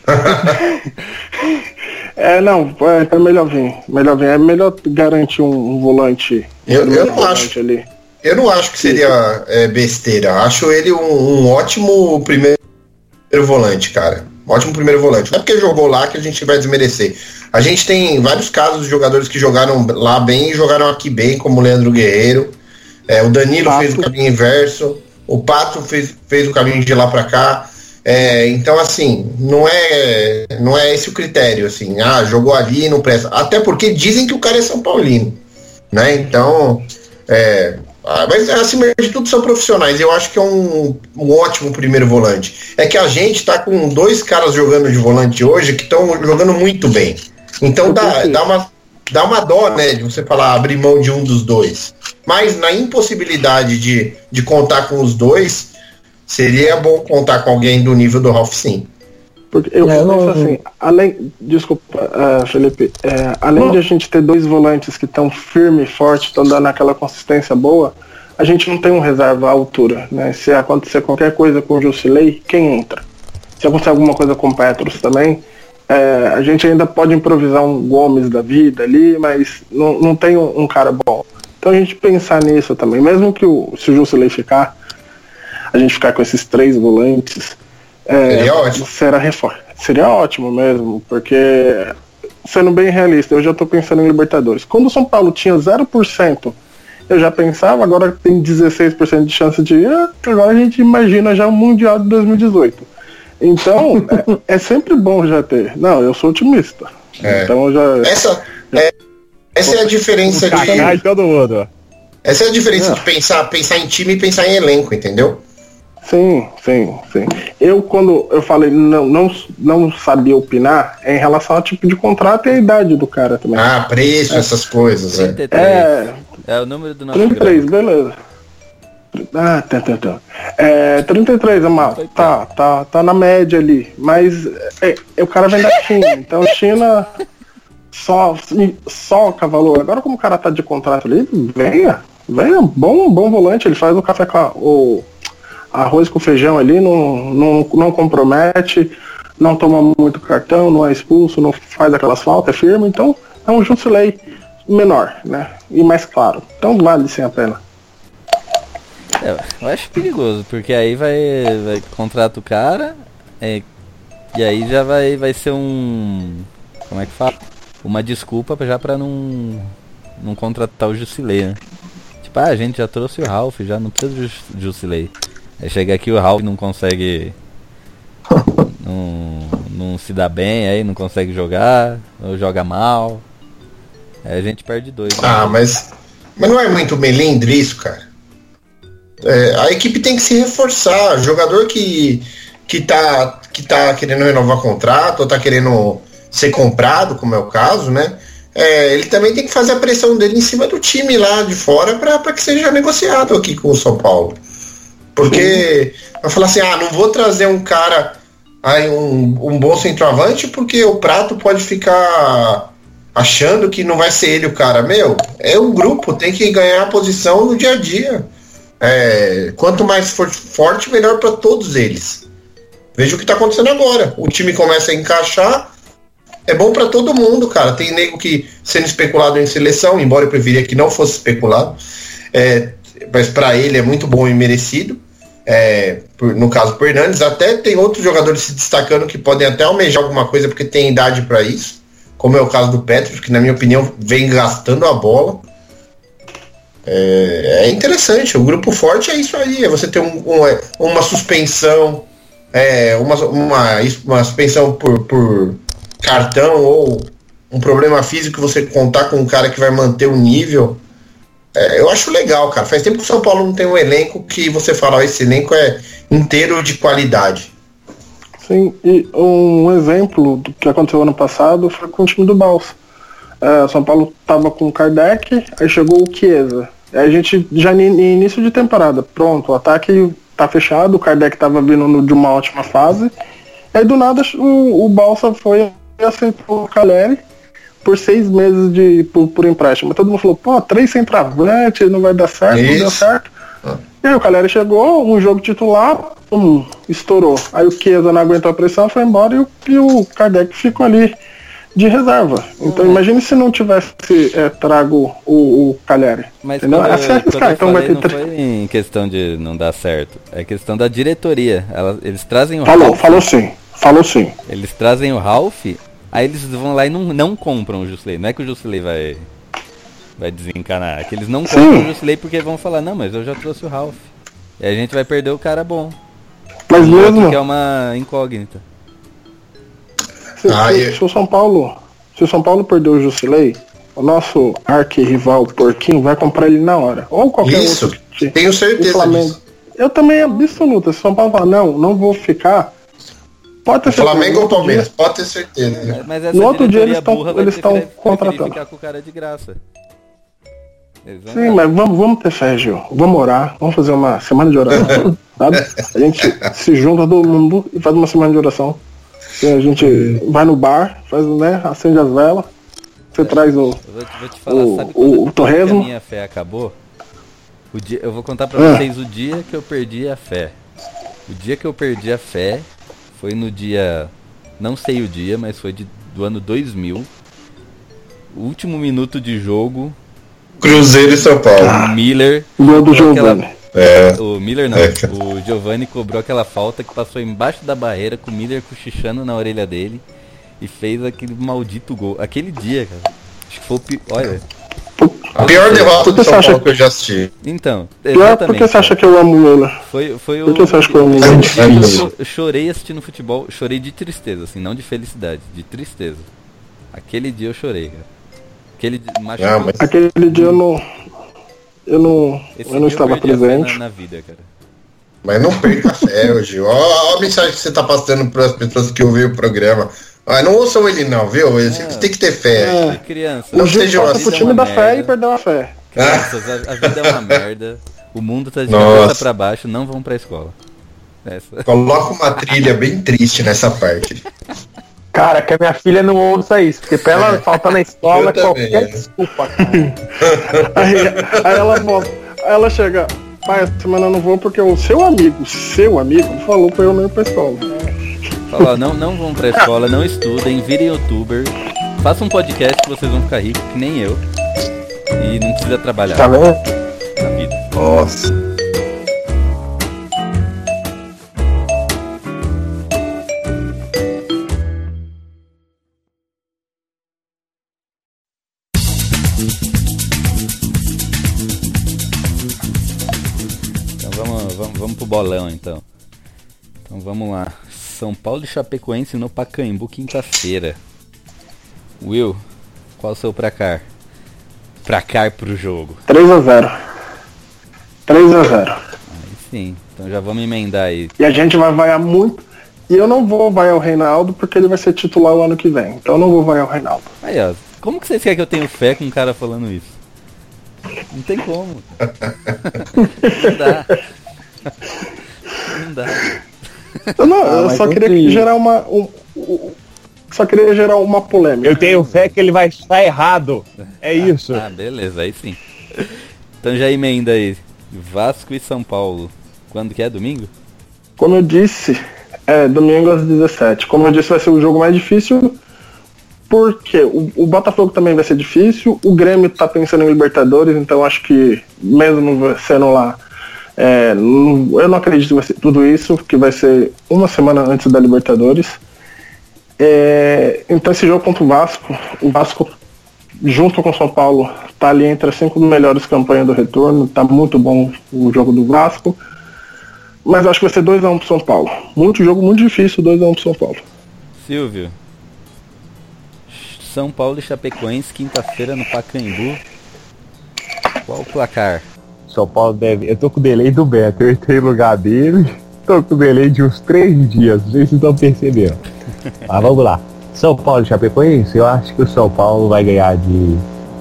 é não, é, então é melhor vir. Melhor vir. É melhor garantir um, um volante. Eu, eu um não volante acho. ali. Eu não acho que seria é, besteira. Acho ele um, um ótimo primeiro volante, cara. Um ótimo primeiro volante. Não é porque jogou lá que a gente vai desmerecer. A gente tem vários casos de jogadores que jogaram lá bem e jogaram aqui bem, como o Leandro Guerreiro. É, o Danilo Pato. fez o caminho inverso. O Pato fez, fez o caminho de lá pra cá. É, então, assim, não é, não é esse o critério, assim, ah, jogou ali, não presta. Até porque dizem que o cara é São Paulino, né? Então, É, mas acima de tudo são profissionais. Eu acho que é um, um ótimo primeiro volante. É que a gente tá com dois caras jogando de volante hoje que estão jogando muito bem. Então dá, dá, uma, dá uma dó, né, de você falar abrir mão de um dos dois. Mas na impossibilidade de, de contar com os dois, seria bom contar com alguém do nível do Ralf, sim. Porque eu é, penso não, assim, além, desculpa, uh, Felipe, é, além não. de a gente ter dois volantes que estão firme e forte, estão dando aquela consistência boa, a gente não tem um reserva à altura, né? Se acontecer qualquer coisa com o Jusilei, quem entra? Se acontecer alguma coisa com o Petros também, é, a gente ainda pode improvisar um Gomes da vida ali, mas não, não tem um, um cara bom. Então a gente pensar nisso também, mesmo que o, se o Jusilei ficar, a gente ficar com esses três volantes, É, seria ótimo. Será reforço. Seria ótimo mesmo, porque, sendo bem realista, eu já estou pensando em Libertadores. Quando o São Paulo tinha zero por cento, eu já pensava, agora tem dezesseis por cento de chance de ir, agora a gente imagina já o Mundial de dois mil e dezoito. Então, é, é sempre bom já ter. Não, eu sou otimista. É. Então já. Essa, já... É, essa é a diferença de. Todo mundo. Essa é a diferença é. de pensar, pensar em time e pensar em elenco, entendeu? Sim, sim, sim. Eu, quando eu falei não, não, não sabia opinar, é em relação ao tipo de contrato e a idade do cara também. Ah, preço, é. essas coisas. É. trinta e três. É, é o número do nosso trinta e três, grau. Beleza. Ah, tá, tá, tá. É, trinta e três, Amado. Tá, tá, tá na média ali. Mas é, é, o cara vem da China, então China só, soca valor. Agora, como o cara tá de contrato ali, venha, venha, bom, bom volante, ele faz o café com a, o arroz com feijão ali, não, não, não compromete, não toma muito cartão, não é expulso, não faz aquelas faltas, é firme, então é um Jusilei menor, né? E mais claro. Então vale sim a pena. É, eu acho perigoso, porque aí vai, vai contrata o cara, é, e aí já vai, vai ser um. Como é que fala? Uma desculpa já pra não, não contratar o Jusilei, né? Tipo, ah, a gente já trouxe o Ralf, já não precisa do Jusilei. Aí chega aqui o Ralf não consegue. não, não se dá bem, aí não consegue jogar, ou joga mal. Aí a gente perde dois. Né? Ah, mas. Mas não é muito melindre isso, cara. É, a equipe tem que se reforçar. Jogador que, que, tá, que tá querendo renovar contrato, ou tá querendo ser comprado, como é o caso, né? É, ele também tem que fazer a pressão dele em cima do time lá de fora para que seja negociado aqui com o São Paulo. Porque vai falar assim, ah, não vou trazer um cara, aí um, um bom centroavante, porque o Prato pode ficar achando que não vai ser ele o cara. Meu, é um grupo, tem que ganhar a posição no dia a dia. É, quanto mais for, forte, melhor para todos eles. Veja o que está acontecendo agora. O time começa a encaixar, é bom para todo mundo, cara. Tem nego que sendo especulado em seleção, embora eu preferia que não fosse especulado, é, mas para ele é muito bom e merecido. É, por, no caso do Hernandes, até tem outros jogadores se destacando que podem até almejar alguma coisa porque tem idade para isso, como é o caso do Petros, que na minha opinião vem gastando a bola. É, é interessante, o grupo forte é isso aí, é você ter um, um, uma suspensão, é, uma, uma, uma suspensão por, por cartão ou um problema físico, você contar com um cara que vai manter o nível. É, eu acho legal, cara. Faz tempo que o São Paulo não tem um elenco que você fala, ó, esse elenco é inteiro de qualidade. Sim, e um exemplo do que aconteceu ano passado foi com o time do Balsa. O São Paulo tava com o Kardec, aí chegou o Chiesa. Aí a gente já no início de temporada, pronto, o ataque tá fechado, o Kardec tava vindo no, de uma ótima fase. Aí do nada o, o Balsa foi e aceitou o Caleri por seis meses de, por, por empréstimo. Todo mundo falou, pô, três centroavantes, não vai dar certo, Isso. não deu certo. Ah. E aí o Caleri chegou, um jogo titular, um, estourou. Aí o Chiesa não aguentou a pressão, foi embora e o, e o Kardec ficou ali de reserva. Então, uhum. imagine se não tivesse é, trago o, o Caleri. Mas quando, eu, é quando eu então vai ter não tre... foi em questão de não dar certo. É questão da diretoria. Ela, eles trazem o Falou, Ralf, falou sim. Falou sim. Eles trazem o Ralf, aí eles vão lá e não, não compram o Jusilei. Não é que o Jusilei vai, vai desencanar. É que eles não compram sim. o Jusilei porque vão falar, não, mas eu já trouxe o Ralf. E a gente vai perder o cara bom. Mas o mesmo... que é uma incógnita. Se, ah, se, eu... se o São Paulo se o São Paulo perdeu o Jusilei, o nosso arqui-rival Porquinho vai comprar ele na hora. Ou qualquer Isso, outro. Que tenho certeza Flamengo. disso. Eu também absoluta. Se o São Paulo falar, não, não vou ficar. Pode ter certeza. Flamengo ou Palmeiras, dia, pode ter certeza. Mas essa no outro dia eles estão eles estão preferir, contratando. Ficar com o cara de graça. Sim, mas vamos, vamos ter fé, Gil. Vamos orar, vamos fazer uma semana de oração, sabe? A gente se junta todo mundo e faz uma semana de oração. E a gente vai no bar, faz, né, acende as velas, você é. traz o, eu vou te, vou te falar, o, sabe o, o torresmo. A minha fé acabou? O dia, eu vou contar pra é. vocês o dia que eu perdi a fé. O dia que eu perdi a fé foi no dia, não sei o dia, mas foi de, do ano dois mil. O último minuto de jogo. Cruzeiro e São Paulo. O Miller. Gol do Giovani. É. O Miller não. É. O Giovani cobrou aquela falta que passou embaixo da barreira com o Miller cochichando na orelha dele e fez aquele maldito gol. Aquele dia, cara. Acho que foi o pior. Olha. A pior derrota do São Paulo que eu já assisti. Então, pior porque você acha que eu amo o Miller? Foi, foi o. Por que você acha que eu amo o Miller? Eu chorei assistindo futebol, chorei de tristeza, assim, não de felicidade, de tristeza. Aquele dia eu chorei, cara. Aquele dia, ah, mas... Aquele dia eu não. Eu não. Esse eu não estava presente. Na, na vida, cara. Mas não perca a fé hoje. Olha a mensagem que você tá passando para as pessoas que ouvem o programa. Ah, não ouçam ele não, viu? Você é. tem que ter fé. É. Criança, não seja assim. Pro time é da merda. Fé e perdeu a fé. Crianças, a, a vida é uma merda. O mundo tá de Nossa. cabeça pra baixo, não vão pra escola. Essa. Coloca uma trilha bem triste nessa parte. Cara, que a minha filha não ouça isso, porque pra ela faltar na escola é qualquer desculpa, cara. aí, aí ela volta, aí ela chega, pai, essa semana eu não vou porque o seu amigo, seu amigo, falou pra eu não ir pra escola. Fala, não, não vão pra escola, não estudem, virem youtuber, façam um podcast que vocês vão ficar ricos, que nem eu. E não precisa trabalhar. Tá vendo? Na vida. Nossa. Vamos pro bolão então. Então vamos lá. São Paulo e Chapecoense no Pacaembu, quinta-feira. Will, qual o seu placar? Placar pro jogo. três a zero. três a zero. Aí sim. Então já vamos emendar aí. E a gente vai vaiar muito. E eu não vou vaiar o Reinaldo porque ele vai ser titular o ano que vem. Então eu não vou vaiar o Reinaldo. Aí ó, como que vocês querem que eu tenha fé com um cara falando isso? Não tem como. Não dá. Não dá. Eu, não, ah, eu só queria que gerar uma. Um, um, só queria gerar uma polêmica. Eu tenho fé que ele vai estar errado. É ah, isso. Ah, beleza, aí sim. Então já emenda aí. Vasco e São Paulo. Quando que é? Domingo? Como eu disse, é domingo às dezessete. Como eu disse, vai ser o jogo mais difícil. Porque o, o Botafogo também vai ser difícil. O Grêmio tá pensando em Libertadores, então acho que mesmo sendo lá. É, eu não acredito que vai ser tudo isso, que vai ser uma semana antes da Libertadores. É, então esse jogo contra o Vasco, o Vasco junto com o São Paulo tá ali entre as cinco melhores campanhas do retorno, tá muito bom o jogo do Vasco, mas acho que vai ser dois a um pro São Paulo. Muito jogo, muito difícil, dois a um pro São Paulo. Silvio, São Paulo e Chapecoense, quinta-feira no Pacaembu. Qual o placar? São Paulo deve. Eu tô com o delay do Beto, eu entrei no lugar dele, tô com o delay de uns três dias, não sei se vocês estão percebendo. Mas vamos lá. São Paulo e Chapecoense, eu acho que o São Paulo vai ganhar de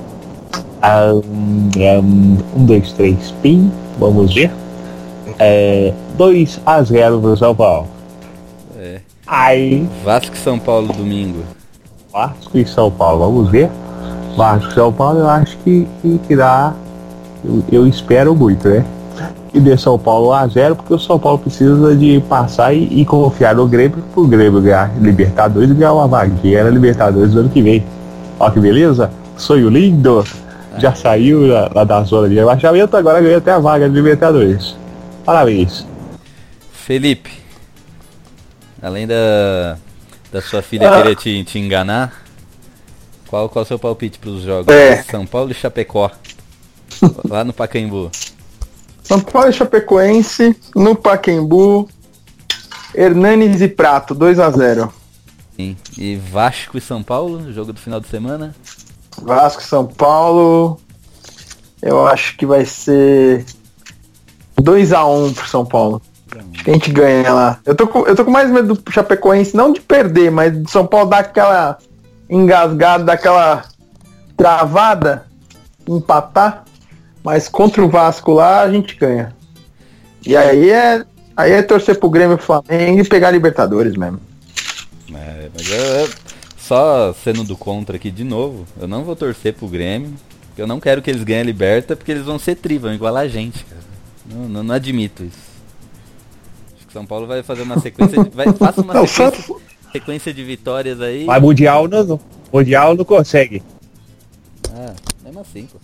um, dois, três, pim, vamos ver. É, dois a zero pro São Paulo. É. Aí. Vasco e São Paulo domingo. Vasco e São Paulo, vamos ver. Vasco e São Paulo, eu acho que, que, que dá. Eu, eu espero muito, né? Que dê São Paulo um a zero, porque o São Paulo precisa de passar e, e confiar no Grêmio pro Grêmio ganhar Libertadores e ganhar uma vaguinha na Libertadores do ano que vem. Ó que beleza? Sonho lindo! Já saiu lá, lá da zona de rebaixamento, agora ganha até a vaga de Libertadores. Parabéns. Felipe, além da, da sua filha ah. querer te, te enganar, qual, qual é o seu palpite para os jogos? É. São Paulo e Chapecó. Lá no Pacaembu. São Paulo e Chapecoense no Pacaembu. Hernanes e Prato, dois a zero. Sim. E Vasco e São Paulo, jogo do final de semana? Vasco e São Paulo, eu acho que vai ser dois a um pro São Paulo. Acho que a gente ganha lá. Eu tô com, eu tô com mais medo do Chapecoense, não de perder, mas do São Paulo dar aquela engasgada, dar aquela travada, empatar. Mas contra o Vasco lá, a gente ganha. E aí é, aí é torcer pro Grêmio e pro Flamengo e pegar a Libertadores mesmo. É, mas eu, eu, só sendo do contra aqui de novo, eu não vou torcer pro Grêmio, porque eu não quero que eles ganhem a Liberta, porque eles vão ser tri, vão igualar a gente, cara. Não, não, não admito isso. Acho que São Paulo vai fazer uma sequência de, vai, faça uma não, sequência, Santos... sequência de vitórias aí. Mas Mundial não, mundial não consegue. Ah, mesmo assim, pô.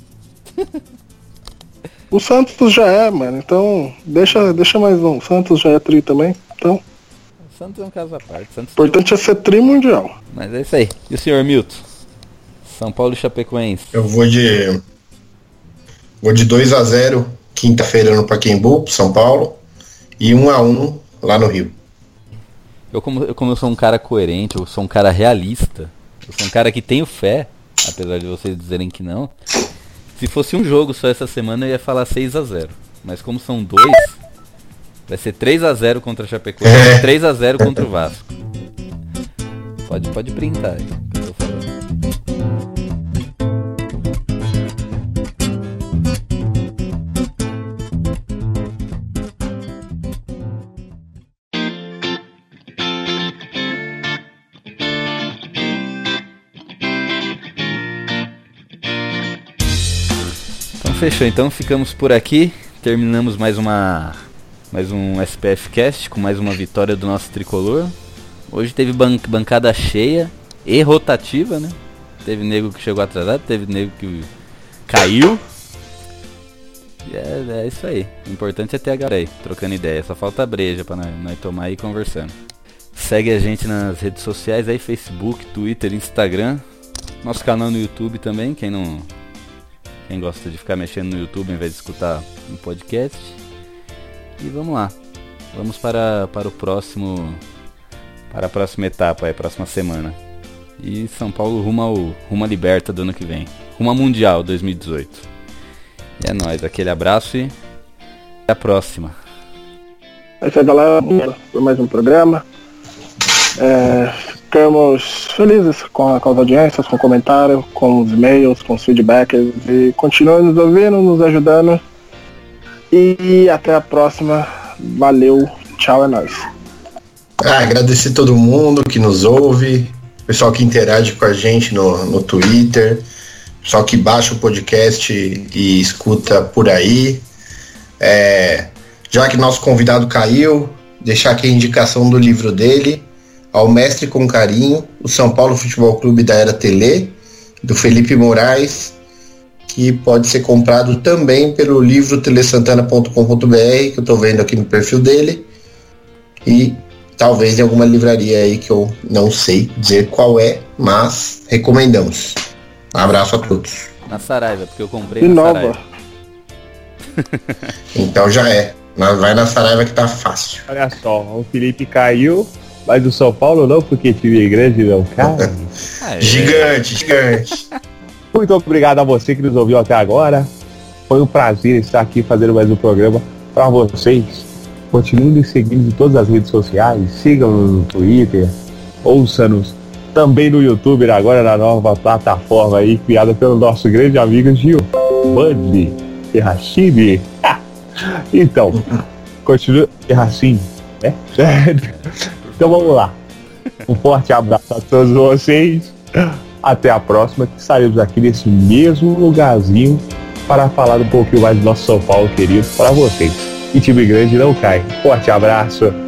O Santos já é, mano, então deixa, deixa mais um. O Santos já é tri também, então. O Santos é um caso à parte. O importante é ser tri mundial. Mas é isso aí. E o senhor Milton? São Paulo e Chapecoense. Eu vou de. Vou de dois a zero, quinta-feira no Pacaembu, São Paulo. E um a um lá no Rio. Eu como, eu, como eu sou um cara coerente, eu sou um cara realista, eu sou um cara que tenho fé, apesar de vocês dizerem que não. Se fosse um jogo só essa semana, eu ia falar seis a zero. Mas como são dois, vai ser três a zero contra a Chapecoense e é. três a zero contra o Vasco. Pode, pode printar aí, que eu tô falando. Fechou, então ficamos por aqui, terminamos mais uma mais um S P F Cast com mais uma vitória do nosso tricolor. Hoje teve ban- bancada cheia e rotativa, né? Teve nego que chegou atrasado, teve nego que caiu. E é, é isso aí, o importante é ter a galera aí, trocando ideia, só falta a breja pra nós, nós tomar aí conversando. Segue a gente nas redes sociais aí, Facebook, Twitter, Instagram, nosso canal no YouTube também, quem não... Quem gosta de ficar mexendo no YouTube em vez de escutar um podcast. E vamos lá. Vamos para, para o próximo. Para a próxima etapa, aí, próxima semana. E São Paulo rumo, ao, rumo à Liberta do ano que vem. Rumo ao Mundial dois mil e dezoito. E é nóis. Aquele abraço e até a próxima. É isso aí, galera. Por mais um programa. É, ficamos felizes com, a, com as audiências, com o comentário, com os e-mails, com os feedbacks. E continuem nos ouvindo, nos ajudando. E até a próxima. Valeu. Tchau, é nóis. Ah, agradecer todo mundo que nos ouve, pessoal que interage com a gente no, no Twitter, pessoal que baixa o podcast e escuta por aí. É, já que nosso convidado caiu, deixar aqui a indicação do livro dele, Ao Mestre com Carinho, o São Paulo Futebol Clube da Era Telê, do Felipe Moraes, que pode ser comprado também pelo livro telesantana ponto com ponto b r, que eu estou vendo aqui no perfil dele, e talvez em alguma livraria aí que eu não sei dizer qual é, mas recomendamos. Um abraço a todos. Na Saraiva, porque eu comprei e na nova. Saraiva. Então já é. Vai na Saraiva que tá fácil. Olha só, o Felipe caiu, mas o São Paulo não, porque time grande não cai. Gigante, gigante. Muito obrigado a você que nos ouviu até agora. Foi um prazer estar aqui fazendo mais um programa para vocês. Continuem nos seguindo em todas as redes sociais. Sigam-nos no Twitter. Ouçam-nos também no YouTube, agora na nova plataforma aí, criada pelo nosso grande amigo Gil Bandi Terracini. Então, continua Terracini, né? Então vamos lá. Um forte abraço a todos vocês. Até a próxima, que estaremos aqui nesse mesmo lugarzinho para falar um pouquinho mais do nosso São Paulo querido para vocês. E time grande não cai. Forte abraço.